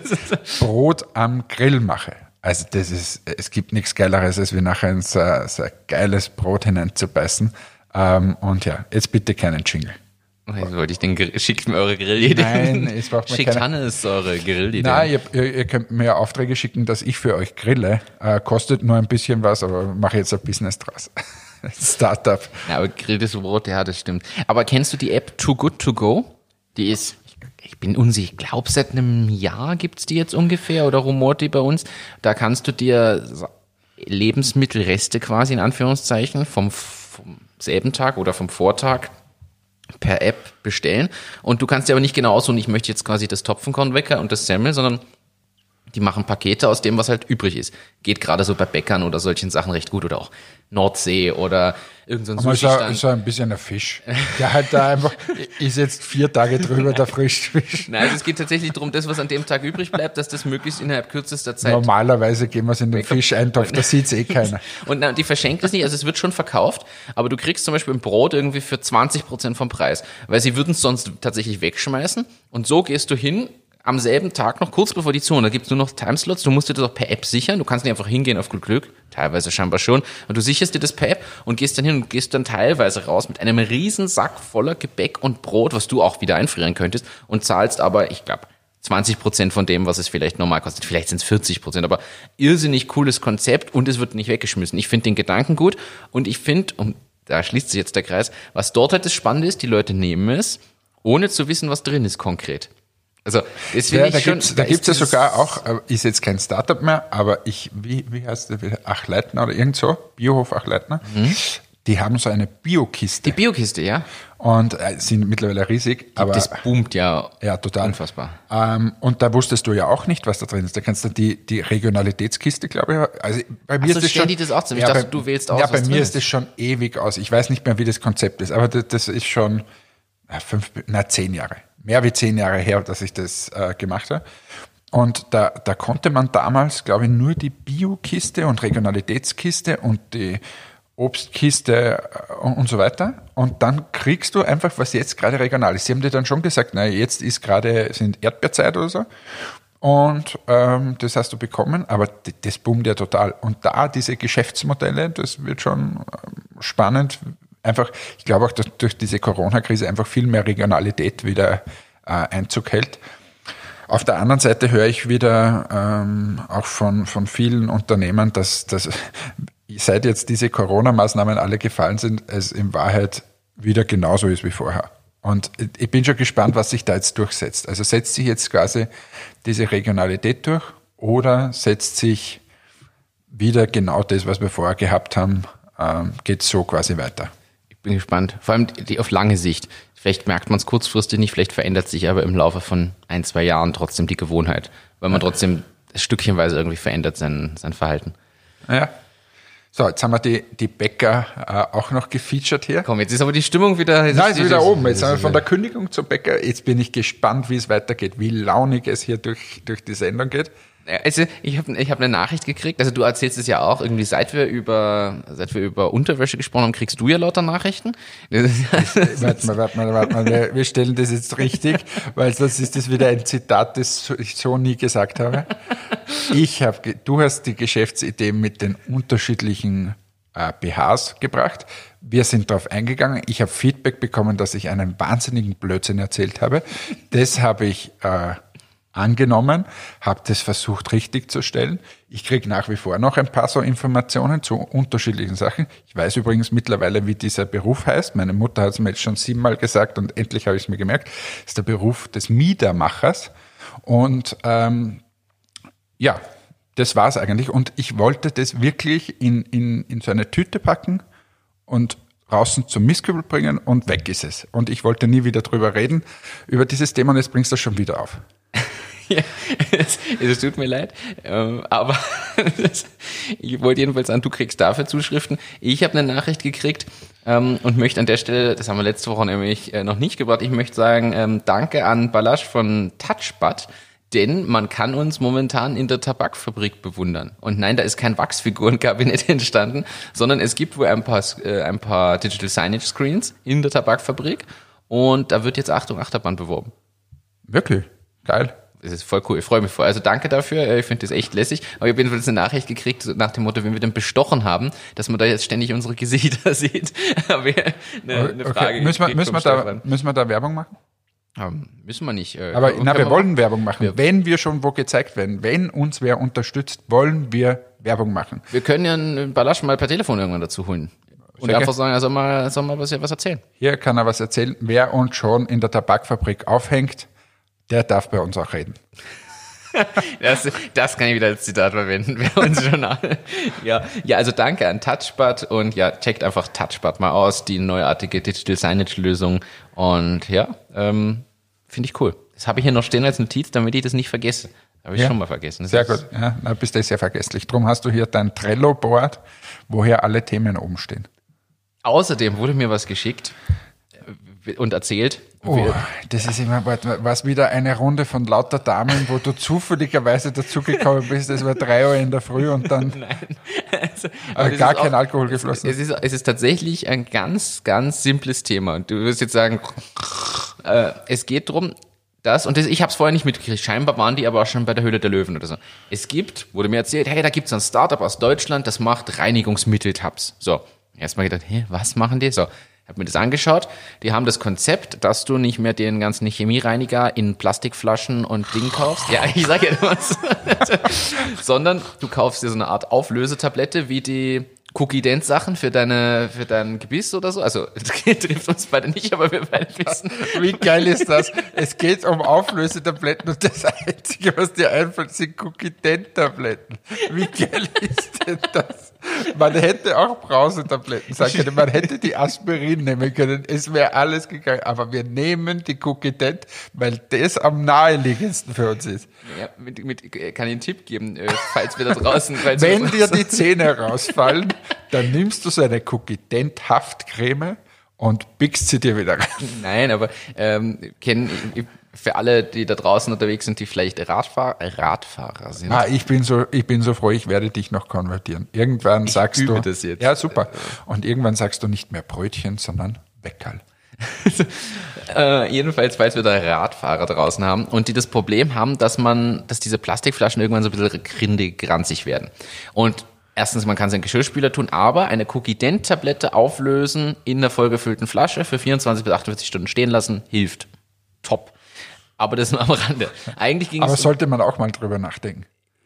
Brot am Grill mache. Also das ist, es gibt nichts Geileres, als wie nachher in so, so ein geiles Brot hineinzubeißen. Ähm, und ja, jetzt bitte keinen Jingle. Jetzt wollte ich den Grill, schickt mir eure Grillideen. Nein, es braucht mir Schickt keine. Hannes eure Grillideen. Nein, ihr, ihr, ihr könnt mir Aufträge schicken, dass ich für euch grille. Äh, kostet nur ein bisschen was, aber mache jetzt ein Business draus. Startup. Ja, aber grilltes Brot, ja, das stimmt. Aber kennst du die App Too Good To Go? Die ist, ich bin unsicher, ich glaube seit einem Jahr gibt's die jetzt ungefähr oder rumort die bei uns. Da kannst du dir Lebensmittelreste quasi in Anführungszeichen vom, vom selben Tag oder vom Vortag per App bestellen und du kannst dir aber nicht genau aussuchen, ich möchte jetzt quasi das Topfenkornwecker und das Semmel, sondern Die machen Pakete aus dem, was halt übrig ist. Geht gerade so bei Bäckern oder solchen Sachen recht gut oder auch Nordsee oder irgendein so Sushi-Stand. Ist so ein bisschen ein Fisch. Der halt da einfach, ist jetzt vier Tage drüber, der Frischfisch. Nein, also es geht tatsächlich darum, das, was an dem Tag übrig bleibt, dass das möglichst innerhalb kürzester Zeit... Normalerweise gehen wir es in den Fischeintopf, da sieht's eh keiner. Und na, die verschenkt es nicht, also es wird schon verkauft, aber du kriegst zum Beispiel ein Brot irgendwie für zwanzig Prozent vom Preis, weil sie würden es sonst tatsächlich wegschmeißen und so gehst du hin, am selben Tag noch, kurz bevor die Zone, da gibt's nur noch Timeslots, du musst dir das auch per App sichern, du kannst nicht einfach hingehen auf gut Glück, teilweise scheinbar schon, und du sicherst dir das per App und gehst dann hin und gehst dann teilweise raus mit einem riesen Sack voller Gebäck und Brot, was du auch wieder einfrieren könntest und zahlst aber, ich glaube, zwanzig Prozent von dem, was es vielleicht normal kostet, vielleicht sind es vierzig Prozent, aber irrsinnig cooles Konzept und es wird nicht weggeschmissen. Ich finde den Gedanken gut und ich finde, und da schließt sich jetzt der Kreis, was dort halt das Spannende ist, die Leute nehmen es, ohne zu wissen, was drin ist konkret. Also, das ja, ich da schon, gibt's, da, da gibt's ja sogar auch, ist jetzt kein Startup mehr, aber ich, wie, wie heißt der, Achleitner oder irgend so, Biohof Achleitner, mhm. Die haben so eine Biokiste. Die Biokiste, ja. Und äh, sind mittlerweile riesig. Aber, das boomt ja, ja total. Unfassbar. Ähm, und da wusstest du ja auch nicht, was da drin ist. Da kannst du die, die Regionalitätskiste, glaube ich, also bei mir Ach so, ist das schon... die das auch zu. Ich ja, dachte, bei, du wählst aus, Ja, bei was mir drin ist das schon ewig aus. Ich weiß nicht mehr, wie das Konzept ist, aber das, das ist schon na, fünf, na, zehn Jahre. Mehr wie zehn Jahre her, dass ich das äh, gemacht habe. Und da, da konnte man damals, glaube ich, nur die Biokiste und Regionalitätskiste und die Obstkiste und, und so weiter. Und dann kriegst du einfach, was jetzt gerade regional ist. Sie haben dir dann schon gesagt, na, jetzt ist gerade, sind Erdbeerzeit oder so. Und ähm, das hast du bekommen, aber das boomt ja total. Und da diese Geschäftsmodelle, das wird schon spannend. Einfach, ich glaube auch, dass durch diese Corona-Krise einfach viel mehr Regionalität wieder äh, Einzug hält. Auf der anderen Seite höre ich wieder ähm, auch von, von vielen Unternehmen, dass, dass seit jetzt diese Corona-Maßnahmen alle gefallen sind, es in Wahrheit wieder genauso ist wie vorher. Und ich bin schon gespannt, was sich da jetzt durchsetzt. Also setzt sich jetzt quasi diese Regionalität durch oder setzt sich wieder genau das, was wir vorher gehabt haben, ähm, geht so quasi weiter. Bin gespannt. Vor allem die auf lange Sicht. Vielleicht merkt man es kurzfristig nicht, vielleicht verändert sich aber im Laufe von ein, zwei Jahren trotzdem die Gewohnheit, weil man trotzdem stückchenweise irgendwie verändert sein, sein Verhalten. Ja. So, jetzt haben wir die, die Bäcker äh, auch noch gefeatured hier. Komm, jetzt ist aber die Stimmung wieder... Nein, ist wieder oben. Jetzt sind wir von der Kündigung zum Bäcker. Jetzt bin ich gespannt, wie es weitergeht, wie launig es hier durch, durch die Sendung geht. Also ich habe ich hab eine Nachricht gekriegt, also du erzählst es ja auch, irgendwie seit wir über seit wir über Unterwäsche gesprochen haben, kriegst du ja lauter Nachrichten. Warte mal, warte mal, warte mal, wir, wir stellen das jetzt richtig, weil sonst ist das wieder ein Zitat, das ich so nie gesagt habe. Ich habe, du hast die Geschäftsidee mit den unterschiedlichen äh, B Hs gebracht. Wir sind darauf eingegangen. Ich habe Feedback bekommen, dass ich einen wahnsinnigen Blödsinn erzählt habe. Das habe ich äh, angenommen, habe das versucht richtig zu stellen. Ich kriege nach wie vor noch ein paar so Informationen zu unterschiedlichen Sachen. Ich weiß übrigens mittlerweile, wie dieser Beruf heißt. Meine Mutter hat es mir jetzt schon siebenmal gesagt und endlich habe ich es mir gemerkt. Das ist der Beruf des Miedermachers. Und ähm, ja, das war es eigentlich. Und ich wollte das wirklich in, in, in so eine Tüte packen und draußen zum Mistkübel bringen und weg ist es. Und ich wollte nie wieder drüber reden, über dieses Thema und jetzt bringst du das schon wieder auf. Ja, es, es tut mir leid, ähm, aber das, ich wollte jedenfalls an, du kriegst dafür Zuschriften. Ich habe eine Nachricht gekriegt ähm, und möchte an der Stelle, das haben wir letzte Woche nämlich äh, noch nicht gebracht, ich möchte sagen, ähm, danke an Balasch von Touchbud, denn man kann uns momentan in der Tabakfabrik bewundern. Und nein, da ist kein Wachsfigurenkabinett entstanden, sondern es gibt wohl ein paar, äh, ein paar Digital Signage Screens in der Tabakfabrik und da wird jetzt Achtung Achterbahn beworben. Wirklich? Geil. Das ist voll cool, ich freue mich voll. Also danke dafür, ich finde das echt lässig. Aber ich habe jedenfalls eine Nachricht gekriegt nach dem Motto, wenn wir dann bestochen haben, dass man da jetzt ständig unsere Gesichter sieht. Habe ich eine, eine Frage okay. Müssen wir, müssen wir da, müssen wir da Werbung machen? Um, müssen wir nicht. Äh, Aber na, wir wir wollen Werbung machen. Wir, wenn wir schon wo gezeigt werden, wenn uns wer unterstützt, wollen wir Werbung machen. Wir können ja einen Balasch mal per Telefon irgendwann dazu holen. Und Sehr einfach sagen, er soll mal, soll mal was, was erzählen. Hier kann er was erzählen. Wer uns schon in der Tabakfabrik aufhängt, der darf bei uns auch reden. Das, das kann ich wieder als Zitat verwenden. Wer uns schon alle. Ja, ja, also danke an Touchbud und ja, checkt einfach Touchbud mal aus, die neuartige Digital Signage Lösung. Und ja, ähm, finde ich cool. Das habe ich hier noch stehen als Notiz, damit ich das nicht vergesse. Habe ich ja. schon mal vergessen. Das sehr gut, ja, na, bist du sehr vergesslich. Darum hast du hier dein Trello-Board, woher alle Themen oben stehen. Außerdem wurde mir was geschickt und erzählt. Oh, das ist immer was wieder eine Runde von lauter Damen, wo du zufälligerweise dazugekommen bist. Das war drei Uhr in der Früh und dann Nein. Also, äh, gar kein auch, Alkohol geflossen. Es ist, es ist tatsächlich ein ganz, ganz simples Thema. Und du wirst jetzt sagen, äh, es geht darum, dass, und das, ich habe es vorher nicht mitgekriegt, scheinbar waren die aber auch schon bei der Höhle der Löwen oder so. Es gibt, wurde mir erzählt, hey, da gibt es ein Startup aus Deutschland, das macht Reinigungsmitteltabs. So, erstmal gedacht, hey, was machen die? So. Hab mir das angeschaut. Die haben das Konzept, dass du nicht mehr den ganzen Chemiereiniger in Plastikflaschen und Ding kaufst. Ja, ich sag ja was. Sondern du kaufst dir so eine Art Auflösetablette wie die Cookie-Dent-Sachen für deine, für dein Gebiss oder so. Also, das trifft uns beide nicht, aber wir beide wissen. Wie geil ist das? Es geht um Auflösetabletten und das Einzige, was dir einfällt, sind Cookie-Dent-Tabletten. Wie geil ist denn das? Man hätte auch Brausetabletten sagen können, man hätte die Aspirin nehmen können, es wäre alles gegangen, aber wir nehmen die Cookie-Dent, weil das am naheliegendsten für uns ist. Ja, mit, mit, kann ich einen Tipp geben, falls wir da draußen... Falls Wenn dir die Zähne rausfallen, dann nimmst du so eine Cookie-Dent-Haftcreme und biegst sie dir wieder rein. Nein, aber ähm, kennen... Für alle, die da draußen unterwegs sind, die vielleicht Radfahr- Radfahrer sind. Ah, ich bin so, ich bin so froh, ich werde dich noch konvertieren. Irgendwann ich sagst übe du, das jetzt. Ja, super. Und irgendwann sagst du nicht mehr Brötchen, sondern Weckerl. äh, jedenfalls, falls wir da Radfahrer draußen haben und die das Problem haben, dass man, dass diese Plastikflaschen irgendwann so ein bisschen grindig, ranzig werden. Und erstens, man kann es in Geschirrspüler tun, aber eine Cookie-Dent-Tablette auflösen in einer vollgefüllten Flasche für vierundzwanzig bis achtundvierzig Stunden stehen lassen, hilft. Top. Aber das nur am Rande. Eigentlich ging Aber es sollte man auch mal drüber nachdenken.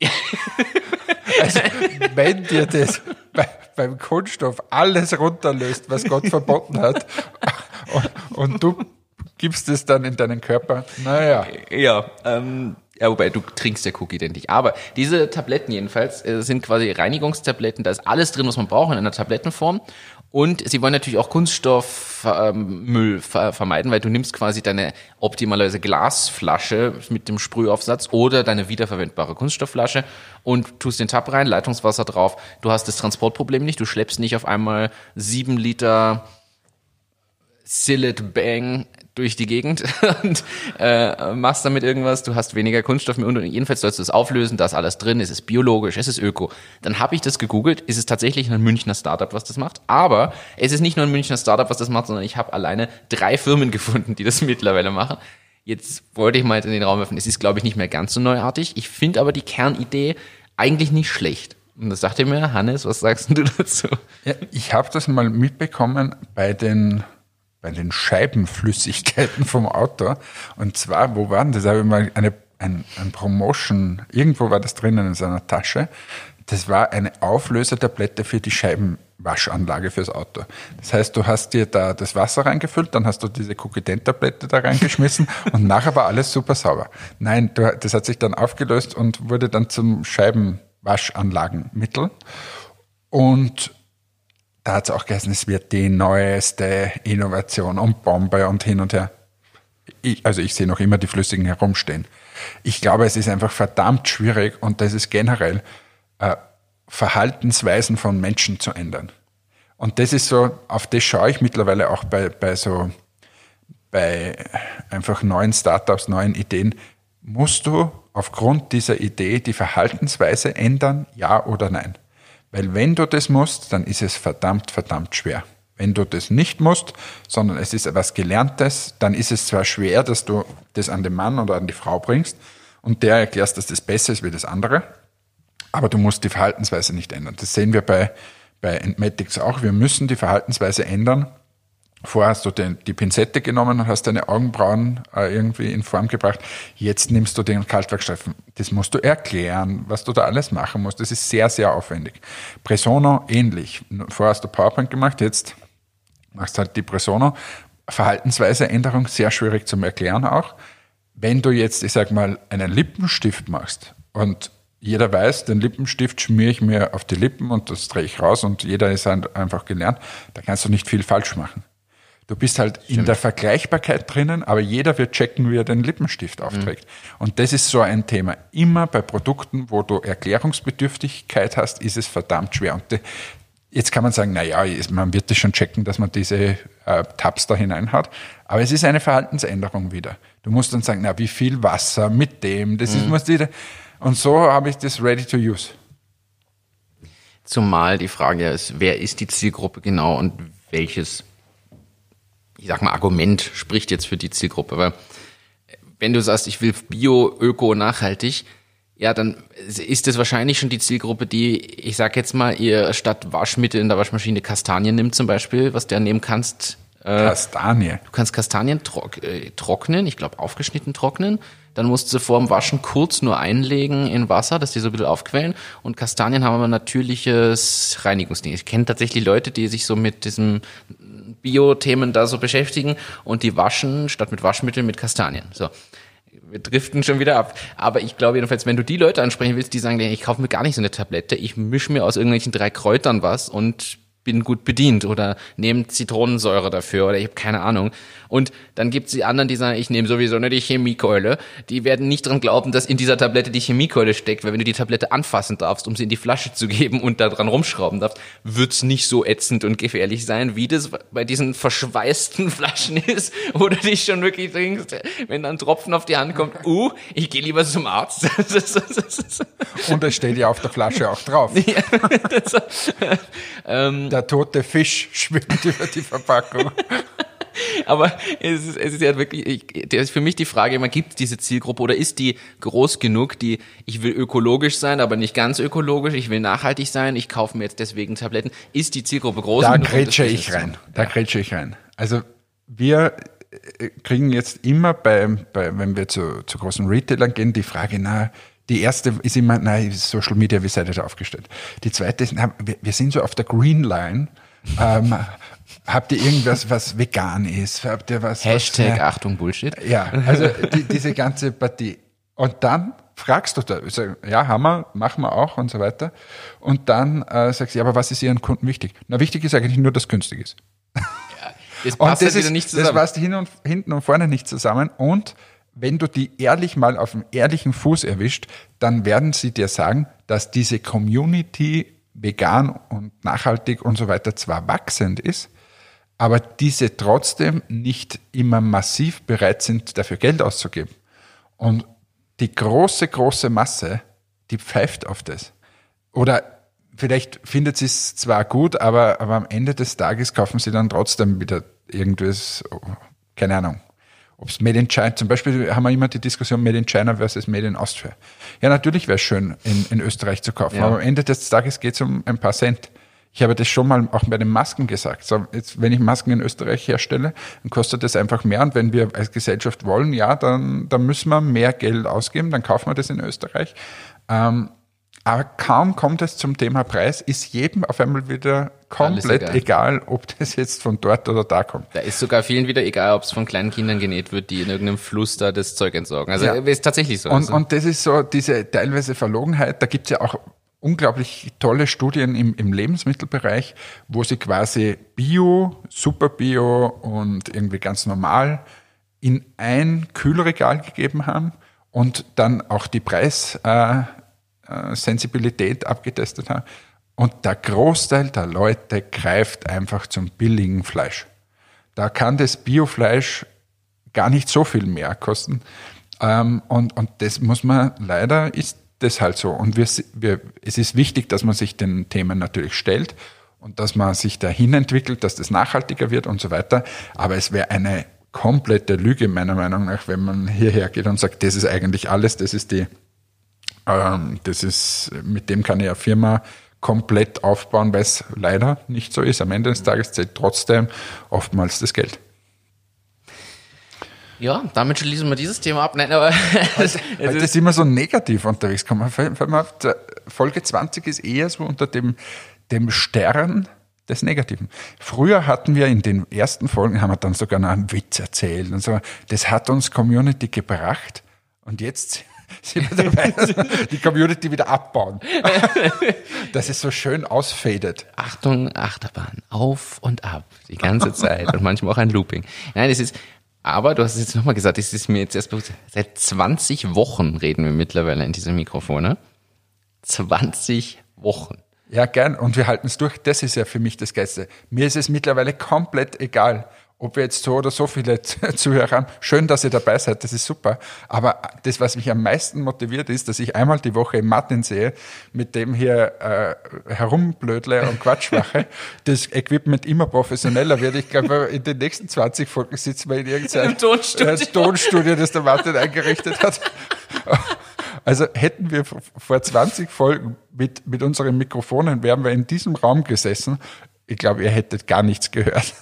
Also, wenn dir das bei, beim Kunststoff alles runterlöst, was Gott verboten hat, und, und du gibst es dann in deinen Körper, naja. Ja, ähm, ja, wobei du trinkst ja Cookie denn nicht. Aber diese Tabletten jedenfalls äh, sind quasi Reinigungstabletten. Da ist alles drin, was man braucht in einer Tablettenform. Und sie wollen natürlich auch Kunststoffmüll ähm, ver- vermeiden, weil du nimmst quasi deine optimalerweise Glasflasche mit dem Sprühaufsatz oder deine wiederverwendbare Kunststoffflasche und tust den Tab rein, Leitungswasser drauf. Du hast das Transportproblem nicht, du schleppst nicht auf einmal sieben Liter Sillet Bang durch die Gegend und äh, machst damit irgendwas, du hast weniger Kunststoff mehr und jedenfalls sollst du es auflösen, da ist alles drin, es ist biologisch, es ist öko. Dann habe ich das gegoogelt, ist es tatsächlich ein Münchner Startup, was das macht, aber es ist nicht nur ein Münchner Startup, was das macht, sondern ich habe alleine drei Firmen gefunden, die das mittlerweile machen. Jetzt wollte ich mal jetzt in den Raum werfen, es ist glaube ich nicht mehr ganz so neuartig, ich finde aber die Kernidee eigentlich nicht schlecht. Und das dachte ich mir, Hannes, was sagst du dazu? Ja, ich habe das mal mitbekommen bei den bei den Scheibenflüssigkeiten vom Auto. Und zwar, wo waren das? Da habe ich mal eine, ein, ein Promotion, irgendwo war das drinnen in seiner Tasche. Das war eine Auflösetablette für die Scheibenwaschanlage fürs Auto. Das heißt, du hast dir da das Wasser reingefüllt, dann hast du diese Cookie-Dent-Tablette da reingeschmissen und nachher war alles super sauber. Nein, du, das hat sich dann aufgelöst und wurde dann zum Scheibenwaschanlagenmittel. Und da hat es auch geheißen, es wird die neueste Innovation und Bombe und hin und her. Ich, also ich sehe noch immer die Flüssigen herumstehen. Ich glaube, es ist einfach verdammt schwierig und das ist generell, äh, Verhaltensweisen von Menschen zu ändern. Und das ist so, auf das schaue ich mittlerweile auch bei, bei so, bei einfach neuen Startups, neuen Ideen. Musst du aufgrund dieser Idee die Verhaltensweise ändern, ja oder nein? Weil wenn du das musst, dann ist es verdammt, verdammt schwer. Wenn du das nicht musst, sondern es ist etwas Gelerntes, dann ist es zwar schwer, dass du das an den Mann oder an die Frau bringst und der erklärst, dass das besser ist wie das andere, aber du musst die Verhaltensweise nicht ändern. Das sehen wir bei, bei Entmatics auch. Wir müssen die Verhaltensweise ändern. Vorher hast du den, die Pinzette genommen und hast deine Augenbrauen äh, irgendwie in Form gebracht. Jetzt nimmst du den Kaltwerkstreifen. Das musst du erklären, was du da alles machen musst. Das ist sehr, sehr aufwendig. Presono ähnlich. Vorher hast du PowerPoint gemacht, jetzt machst du halt die Presono. Verhaltensweiseänderung, sehr schwierig zum Erklären auch. Wenn du jetzt, ich sag mal, einen Lippenstift machst und jeder weiß, den Lippenstift schmiere ich mir auf die Lippen und das drehe ich raus und jeder ist halt einfach gelernt, da kannst du nicht viel falsch machen. Du bist halt Stimmt. in der Vergleichbarkeit drinnen, aber jeder wird checken, wie er den Lippenstift aufträgt. Mhm. Und das ist so ein Thema. Immer bei Produkten, wo du Erklärungsbedürftigkeit hast, ist es verdammt schwer. Und de, jetzt kann man sagen, na ja, man wird das schon checken, dass man diese äh, Tabs da hineinhaut. Aber es ist eine Verhaltensänderung wieder. Du musst dann sagen, na, wie viel Wasser mit dem, das mhm. ist, musst wieder. Und so habe ich das ready to use. Zumal die Frage ist, wer ist die Zielgruppe genau und welches, ich sag mal, Argument spricht jetzt für die Zielgruppe. Weil wenn du sagst, ich will Bio, Öko, nachhaltig, ja, dann ist das wahrscheinlich schon die Zielgruppe, die, ich sag jetzt mal, ihr statt Waschmittel in der Waschmaschine Kastanien nimmt zum Beispiel, was du ja nehmen kannst. Äh, Kastanie. Du kannst Kastanien trock, äh, trocknen, ich glaube aufgeschnitten trocknen. Dann musst du vor dem Waschen kurz nur einlegen in Wasser, dass die so ein bisschen aufquellen. Und Kastanien haben aber natürliches Reinigungsding. Ich kenne tatsächlich Leute, die sich so mit diesem Bio-Themen da so beschäftigen und die waschen statt mit Waschmittel mit Kastanien. So. Wir driften schon wieder ab. Aber ich glaube jedenfalls, wenn du die Leute ansprechen willst, die sagen, ich kaufe mir gar nicht so eine Tablette, ich mische mir aus irgendwelchen drei Kräutern was und bin gut bedient oder nehme Zitronensäure dafür oder ich habe keine Ahnung. Und dann gibt es die anderen, die sagen, ich nehme sowieso nur die Chemiekeule. Die werden nicht dran glauben, dass in dieser Tablette die Chemiekeule steckt, weil wenn du die Tablette anfassen darfst, um sie in die Flasche zu geben und da dran rumschrauben darfst, wird's nicht so ätzend und gefährlich sein, wie das bei diesen verschweißten Flaschen ist, wo du dich schon wirklich trinkst, wenn dann ein Tropfen auf die Hand kommt, uh, ich gehe lieber zum Arzt. Und es steht ja auf der Flasche auch drauf. Ja, das, ähm, der tote Fisch schwimmt über die Verpackung. Aber es ist, es ist ja wirklich, ich, das ist für mich die Frage immer, gibt es diese Zielgruppe oder ist die groß genug, die, ich will ökologisch sein, aber nicht ganz ökologisch, ich will nachhaltig sein, ich kaufe mir jetzt deswegen Tabletten. Ist die Zielgruppe groß da genug? Da grätsche ich rein, da grätsche ich rein. Also wir kriegen jetzt immer bei, bei wenn wir zu, zu großen Retailern gehen, die Frage, na, die erste ist immer, nein, Social Media, wie seid ihr da aufgestellt? Die zweite ist, na, wir, wir sind so auf der Green Line. ähm, habt ihr irgendwas, was vegan ist? Habt ihr was? Hashtag was, äh, Achtung Bullshit. Ja, also die, diese ganze Partie. Und dann fragst du da, sag, ja, haben wir, machen wir auch und so weiter. Und dann äh, sagst du, ja, aber was ist Ihren Kunden wichtig? Na, wichtig ist eigentlich nur, dass es günstig ist. Ja, das passt und das halt wieder ist, nicht zusammen. Das passt hin und, hinten und vorne nicht zusammen. Und wenn du die ehrlich mal auf dem ehrlichen Fuß erwischt, dann werden sie dir sagen, dass diese Community vegan und nachhaltig und so weiter zwar wachsend ist, aber diese trotzdem nicht immer massiv bereit sind, dafür Geld auszugeben. Und die große, große Masse, die pfeift auf das. Oder vielleicht findet sie es zwar gut, aber, aber am Ende des Tages kaufen sie dann trotzdem wieder irgendwas, keine Ahnung. Ob es Made in China, zum Beispiel haben wir immer die Diskussion Made in China versus Made in Austria. Ja, natürlich wäre es schön, in, in Österreich zu kaufen, ja. Aber am Ende des Tages geht es um ein paar Cent. Ich habe das schon mal auch bei den Masken gesagt. So, jetzt, wenn ich Masken in Österreich herstelle, dann kostet das einfach mehr. Und wenn wir als Gesellschaft wollen, ja, dann, dann müssen wir mehr Geld ausgeben, dann kaufen wir das in Österreich. Ähm, aber kaum kommt es zum Thema Preis, ist jedem auf einmal wieder komplett egal. egal, ob das jetzt von dort oder da kommt. Da ist sogar vielen wieder egal, ob es von kleinen Kindern genäht wird, die in irgendeinem Fluss da das Zeug entsorgen. Also ja. Ist tatsächlich so. Und, also. und das ist so diese teilweise Verlogenheit. Da gibt es ja auch unglaublich tolle Studien im, im Lebensmittelbereich, wo sie quasi Bio, Super Bio und irgendwie ganz normal in ein Kühlregal gegeben haben und dann auch die Preissensibilität äh, abgetestet haben. Und der Großteil der Leute greift einfach zum billigen Fleisch. Da kann das Biofleisch gar nicht so viel mehr kosten. Ähm, und, und das muss man, leider ist das halt so. Und wir, wir, es ist wichtig, dass man sich den Themen natürlich stellt und dass man sich dahin entwickelt, dass das nachhaltiger wird und so weiter. Aber es wäre eine komplette Lüge, meiner Meinung nach, wenn man hierher geht und sagt, das ist eigentlich alles, das ist die, ähm, das ist, mit dem kann ich eine Firma komplett aufbauen, weil es leider nicht so ist. Am Ende des Tages zählt trotzdem oftmals das Geld. Ja, damit schließen wir dieses Thema ab. Nein, aber es, es ist immer so negativ unterwegs. Folge zwanzig ist eher so unter dem, dem Stern des Negativen. Früher hatten wir in den ersten Folgen, haben wir dann sogar noch einen Witz erzählt und so. Das hat uns Community gebracht. Und jetzt sind wir dabei, die Community wieder abbauen. Dass es so schön ausfadet. Achtung, Achterbahn, auf und ab, die ganze Zeit und manchmal auch ein Looping. Nein, es ist, aber du hast es jetzt nochmal gesagt, es ist mir jetzt erst bewusst, seit zwanzig Wochen reden wir mittlerweile in diesem Mikrofon, ne? zwanzig Wochen. Ja, gern. Und wir halten es durch. Das ist ja für mich das Geilste. Mir ist es mittlerweile komplett egal, ob wir jetzt so oder so viele Zuhörer haben. Schön, dass ihr dabei seid. Das ist super. Aber das, was mich am meisten motiviert, ist, dass ich einmal die Woche Martin sehe, mit dem hier äh, herumblödle und Quatsch mache. Das Equipment immer professioneller wird. Ich glaube, in den nächsten zwanzig Folgen sitzen wir in irgendeinem Tonstudio. Äh, Tonstudio, das der Martin eingerichtet hat. Also hätten wir vor zwanzig Folgen mit, mit unseren Mikrofonen, wären wir in diesem Raum gesessen. Ich glaube, ihr hättet gar nichts gehört.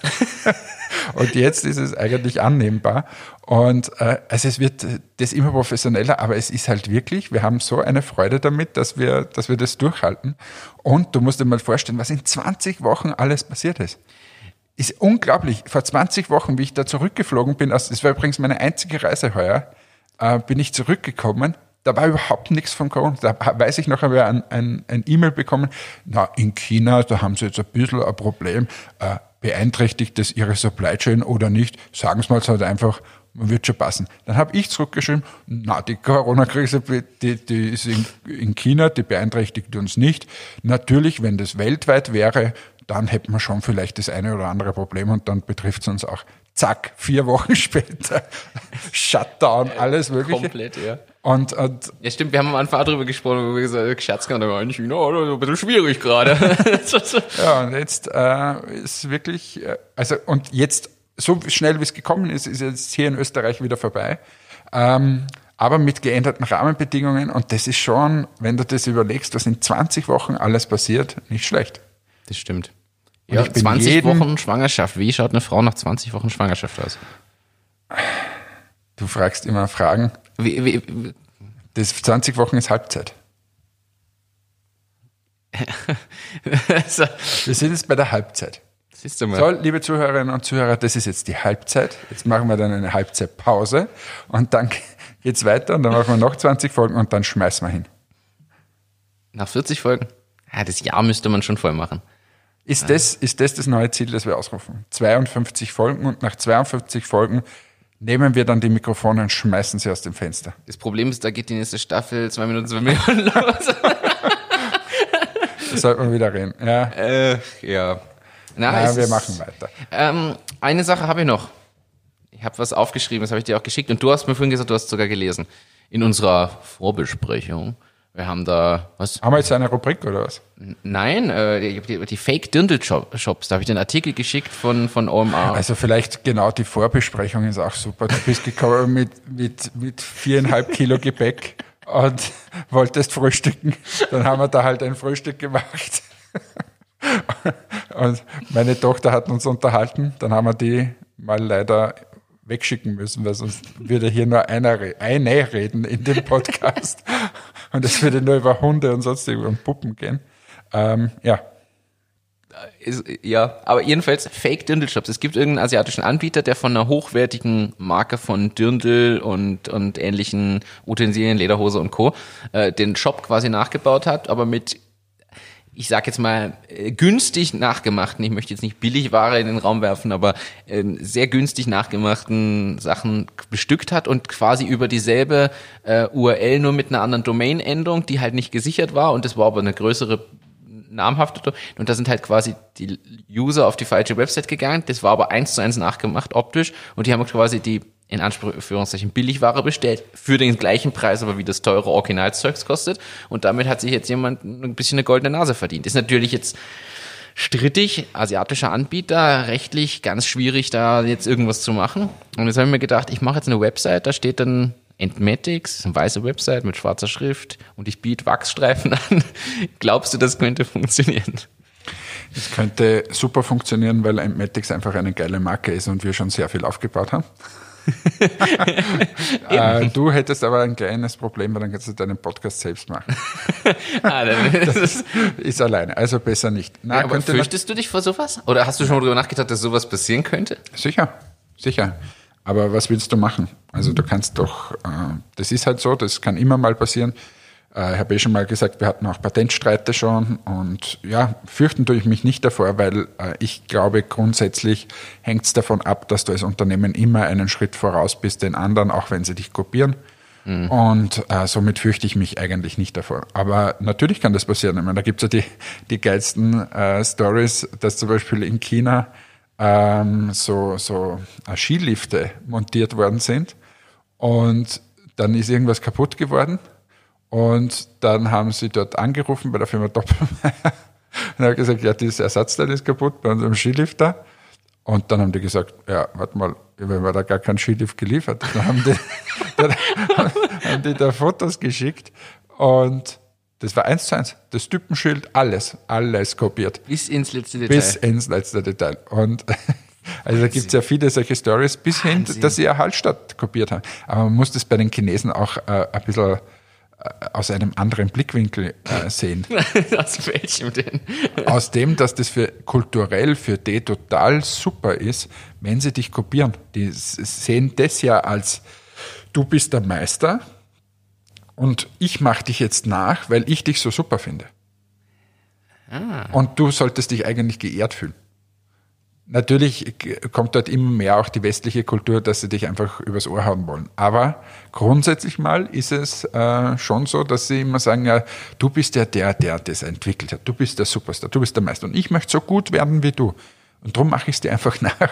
Und jetzt ist es eigentlich annehmbar. Und äh, also es wird das immer professioneller, aber es ist halt wirklich, wir haben so eine Freude damit, dass wir, dass wir das durchhalten. Und du musst dir mal vorstellen, was in zwanzig Wochen alles passiert ist. Ist unglaublich. Vor zwanzig Wochen, wie ich da zurückgeflogen bin, das war übrigens meine einzige Reise heuer, äh, bin ich zurückgekommen. Da war überhaupt nichts von Corona. Da weiß ich noch, habe ich ein, ein, ein E-Mail bekommen. Na, in China, da haben sie jetzt ein bisschen ein Problem. Äh, beeinträchtigt das ihre Supply Chain oder nicht? Sagen Sie mal halt einfach, man wird schon passen. Dann habe ich zurückgeschrieben, na, die Corona-Krise, die, die ist in, in China, die beeinträchtigt uns nicht. Natürlich, wenn das weltweit wäre, dann hätten wir schon vielleicht das eine oder andere Problem und dann betrifft es uns auch. Zack, vier Wochen später, Shutdown, alles Mögliche. Komplett, ja. Und, und ja, stimmt, wir haben am Anfang auch drüber gesprochen, wo wir gesagt haben, in China, oder? Ein bisschen schwierig gerade. Ja, und jetzt äh, ist wirklich, äh, also und jetzt, so schnell wie es gekommen ist, ist jetzt hier in Österreich wieder vorbei. Ähm, aber mit geänderten Rahmenbedingungen und das ist schon, wenn du das überlegst, was in zwanzig Wochen alles passiert, nicht schlecht. Das stimmt. Und Ja, ich bin zwanzig jeden, Wochen Schwangerschaft. Wie schaut eine Frau nach zwanzig Wochen Schwangerschaft aus? Du fragst immer Fragen. Wie, wie, wie? Das zwanzig Wochen ist Halbzeit. so. Wir sind jetzt bei der Halbzeit. Siehst du mal. So, liebe Zuhörerinnen und Zuhörer, das ist jetzt die Halbzeit. Jetzt machen wir dann eine Halbzeitpause und dann geht's weiter und dann machen wir noch zwanzig Folgen und dann schmeißen wir hin. Nach vierzig Folgen? Ja, das Jahr müsste man schon voll machen. Ist das, ist das das neue Ziel, das wir ausrufen? zweiundfünfzig Folgen und nach zweiundfünfzig Folgen nehmen wir dann die Mikrofone und schmeißen sie aus dem Fenster. Das Problem ist, da geht die nächste Staffel zwei Minuten, zwei Minuten los. Das sollte man wieder reden. Ja, äh, ja. Na, ja es wir ist, machen weiter. Ähm, eine Sache habe ich noch. Ich habe was aufgeschrieben, das habe ich dir auch geschickt. Und du hast mir vorhin gesagt, du hast es sogar gelesen. In unserer Vorbesprechung. Wir haben da, was? Haben wir jetzt eine Rubrik oder was? Nein, äh, die, die, die Fake-Dirndl-Shops. Da habe ich den Artikel geschickt von, von O M A. Also vielleicht genau die Vorbesprechung ist auch super. Du bist gekommen mit, mit, mit viereinhalb Kilo Gepäck und wolltest frühstücken. Dann haben wir da halt ein Frühstück gemacht. Und meine Tochter hat uns unterhalten. Dann haben wir die mal leider wegschicken müssen, weil sonst würde hier nur einer, eine reden in dem Podcast. Und es würde nur über Hunde und sonst über Puppen gehen. Ähm, ja. Ist, ja, aber jedenfalls Fake-Dirndl-Shops. Es gibt irgendeinen asiatischen Anbieter, der von einer hochwertigen Marke von Dirndl und, und ähnlichen Utensilien, Lederhose und Co. Äh, den Shop quasi nachgebaut hat, aber mit, ich sag jetzt mal, äh, günstig nachgemachten, ich möchte jetzt nicht Billigware in den Raum werfen, aber äh, sehr günstig nachgemachten Sachen bestückt hat und quasi über dieselbe äh, U R L nur mit einer anderen Domain-Endung, die halt nicht gesichert war und das war aber eine größere namhafte und da sind halt quasi die User auf die falsche Website gegangen, das war aber eins zu eins nachgemacht optisch und die haben quasi die in Anführungszeichen Billigware bestellt, für den gleichen Preis, aber wie das teure Originalzeugs kostet. Und damit hat sich jetzt jemand ein bisschen eine goldene Nase verdient. Ist natürlich jetzt strittig, asiatischer Anbieter, rechtlich ganz schwierig, da jetzt irgendwas zu machen. Und jetzt habe ich mir gedacht, ich mache jetzt eine Website, da steht dann Entmatics, eine weiße Website mit schwarzer Schrift und ich biete Wachsstreifen an. Glaubst du, das könnte funktionieren? Das könnte super funktionieren, weil Entmatics einfach eine geile Marke ist und wir schon sehr viel aufgebaut haben. äh, du hättest aber ein kleines Problem, weil dann kannst du deinen Podcast selbst machen. ah, dann das ist, ist alleine, also besser nicht. Na, ja, aber fürchtest du dich vor sowas? Oder hast du schon mal darüber nachgedacht, dass sowas passieren könnte? Sicher, sicher. Aber was willst du machen? Also du kannst doch, äh, das ist halt so, das kann immer mal passieren. Äh, ich habe eh schon mal gesagt, wir hatten auch Patentstreite schon und ja, fürchten tue ich mich nicht davor, weil äh, ich glaube, grundsätzlich hängt es davon ab, dass du als Unternehmen immer einen Schritt voraus bist den anderen, auch wenn sie dich kopieren. Mhm. Und äh, somit fürchte ich mich eigentlich nicht davor. Aber natürlich kann das passieren. Ich meine, da gibt es ja die, die geilsten äh, Stories, dass zum Beispiel in China ähm, so, so äh, Skilifte montiert worden sind und dann ist irgendwas kaputt geworden. Und dann haben sie dort angerufen bei der Firma Doppelmayr und haben gesagt, ja, dieses Ersatzteil ist kaputt bei unserem Skilift da. Und dann haben die gesagt, ja, warte mal, wenn wir da gar keinen Skilift geliefert. Dann haben die, dann haben die da Fotos geschickt und das war eins zu eins. Das Typenschild, alles, alles kopiert. Bis ins letzte Detail. Bis ins letzte Detail. Und also da gibt es ja viele solche Stories, bis hin, dass sie ja Hallstatt kopiert haben. Aber man muss das bei den Chinesen auch äh, ein bisschen aus einem anderen Blickwinkel äh, sehen. Aus welchem denn? Aus dem, dass das für kulturell für die total super ist, wenn sie dich kopieren. Die sehen das ja als, du bist der Meister und ich mache dich jetzt nach, weil ich dich so super finde. Ah. Und du solltest dich eigentlich geehrt fühlen. Natürlich kommt dort immer mehr auch die westliche Kultur, dass sie dich einfach übers Ohr hauen wollen. Aber grundsätzlich mal ist es äh, schon so, dass sie immer sagen, ja, du bist ja der, der das entwickelt hat. Du bist der Superstar, du bist der Meister. Und ich möchte so gut werden wie du. Und darum mache ich es dir einfach nach.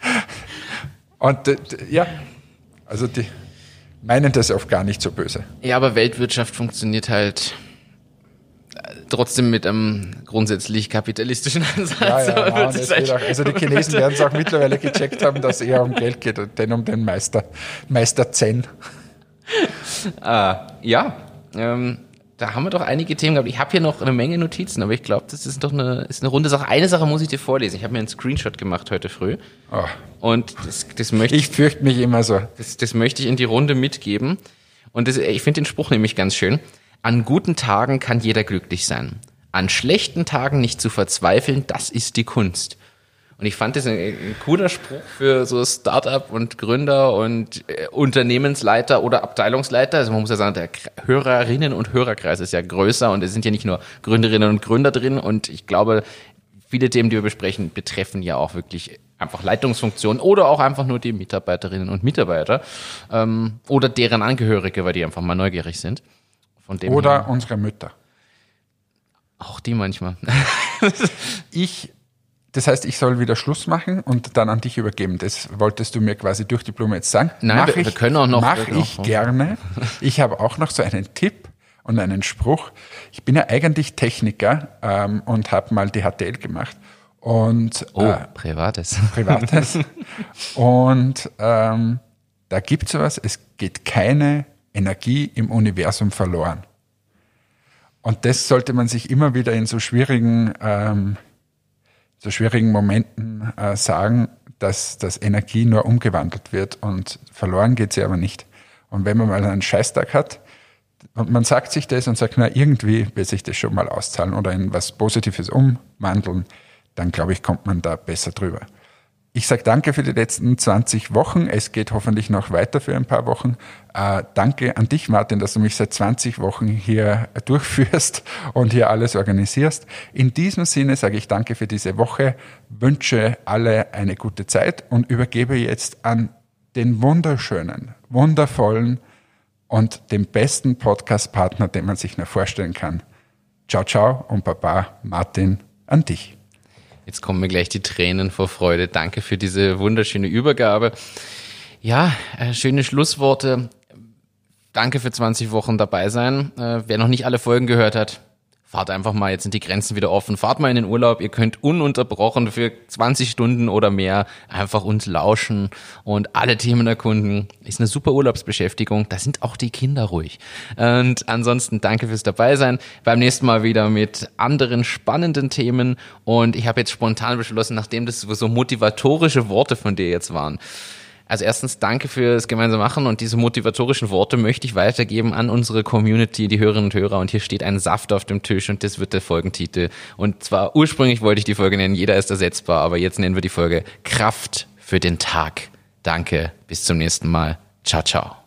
Und äh, ja, also die meinen das oft gar nicht so böse. Ja, aber Weltwirtschaft funktioniert halt trotzdem mit einem grundsätzlich kapitalistischen Ansatz. Ja, ja, nein, das halt auch, also die Chinesen werden es auch mittlerweile gecheckt haben, dass es eher um Geld geht, denn um den Meister, Meister Zen. Ah, ja, ähm, da haben wir doch einige Themen gehabt. Ich habe hier noch eine Menge Notizen, aber ich glaube, das ist doch eine, ist eine runde Sache. Eine Sache muss ich dir vorlesen. Ich habe mir einen Screenshot gemacht heute früh. Oh. Und das, das möchte ich... Ich fürchte mich immer so. Das, das möchte ich in die Runde mitgeben. Und das, ich finde den Spruch nämlich ganz schön. An guten Tagen kann jeder glücklich sein. An schlechten Tagen nicht zu verzweifeln, das ist die Kunst. Und ich fand das ein, ein cooler Spruch für so Start-up und Gründer und äh, Unternehmensleiter oder Abteilungsleiter. Also man muss ja sagen, der Hörerinnen- und Hörerkreis ist ja größer und es sind ja nicht nur Gründerinnen und Gründer drin. Und ich glaube, viele Themen, die wir besprechen, betreffen ja auch wirklich einfach Leitungsfunktionen oder auch einfach nur die Mitarbeiterinnen und Mitarbeiter ähm, oder deren Angehörige, weil die einfach mal neugierig sind. Von dem Oder her. Unsere Mütter. Auch die manchmal. ich, das heißt, ich soll wieder Schluss machen und dann an dich übergeben. Das wolltest du mir quasi durch die Blume jetzt sagen. Nein, wir, ich, wir können auch noch. Mache ich noch. gerne. Ich habe auch noch so einen Tipp und einen Spruch. Ich bin ja eigentlich Techniker ähm, und habe mal D H T L gemacht. Und, oh, äh, Privates. Privates. Und ähm, da gibt es was, es geht keine Energie im Universum verloren. Und das sollte man sich immer wieder in so schwierigen, ähm, so schwierigen Momenten äh, sagen, dass, dass Energie nur umgewandelt wird und verloren geht sie aber nicht. Und wenn man mal einen Scheißtag hat und man sagt sich das und sagt, na irgendwie wird sich das schon mal auszahlen oder in was Positives umwandeln, dann glaube ich, kommt man da besser drüber. Ich sage danke für die letzten zwanzig Wochen. Es geht hoffentlich noch weiter für ein paar Wochen. Äh, danke an dich, Martin, dass du mich seit zwanzig Wochen hier durchführst und hier alles organisierst. In diesem Sinne sage ich danke für diese Woche, wünsche alle eine gute Zeit und übergebe jetzt an den wunderschönen, wundervollen und den besten Podcast-Partner, den man sich nur vorstellen kann. Ciao, ciao und Baba, Martin, an dich. Jetzt kommen mir gleich die Tränen vor Freude. Danke für diese wunderschöne Übergabe. Ja, äh, schöne Schlussworte. Danke für zwanzig Wochen dabei sein. Äh, wer noch nicht alle Folgen gehört hat, fahrt einfach mal, jetzt sind die Grenzen wieder offen. Fahrt mal in den Urlaub. Ihr könnt ununterbrochen für zwanzig Stunden oder mehr einfach uns lauschen und alle Themen erkunden. Ist eine super Urlaubsbeschäftigung. Da sind auch die Kinder ruhig. Und ansonsten danke fürs Dabeisein. Beim nächsten Mal wieder mit anderen spannenden Themen. Und ich habe jetzt spontan beschlossen, nachdem das so motivatorische Worte von dir jetzt waren, also erstens danke fürs gemeinsame Machen und diese motivatorischen Worte möchte ich weitergeben an unsere Community, die Hörerinnen und Hörer. Und hier steht ein Saft auf dem Tisch und das wird der Folgentitel. Und zwar ursprünglich wollte ich die Folge nennen, jeder ist ersetzbar, aber jetzt nennen wir die Folge Kraft für den Tag. Danke, bis zum nächsten Mal. Ciao, ciao.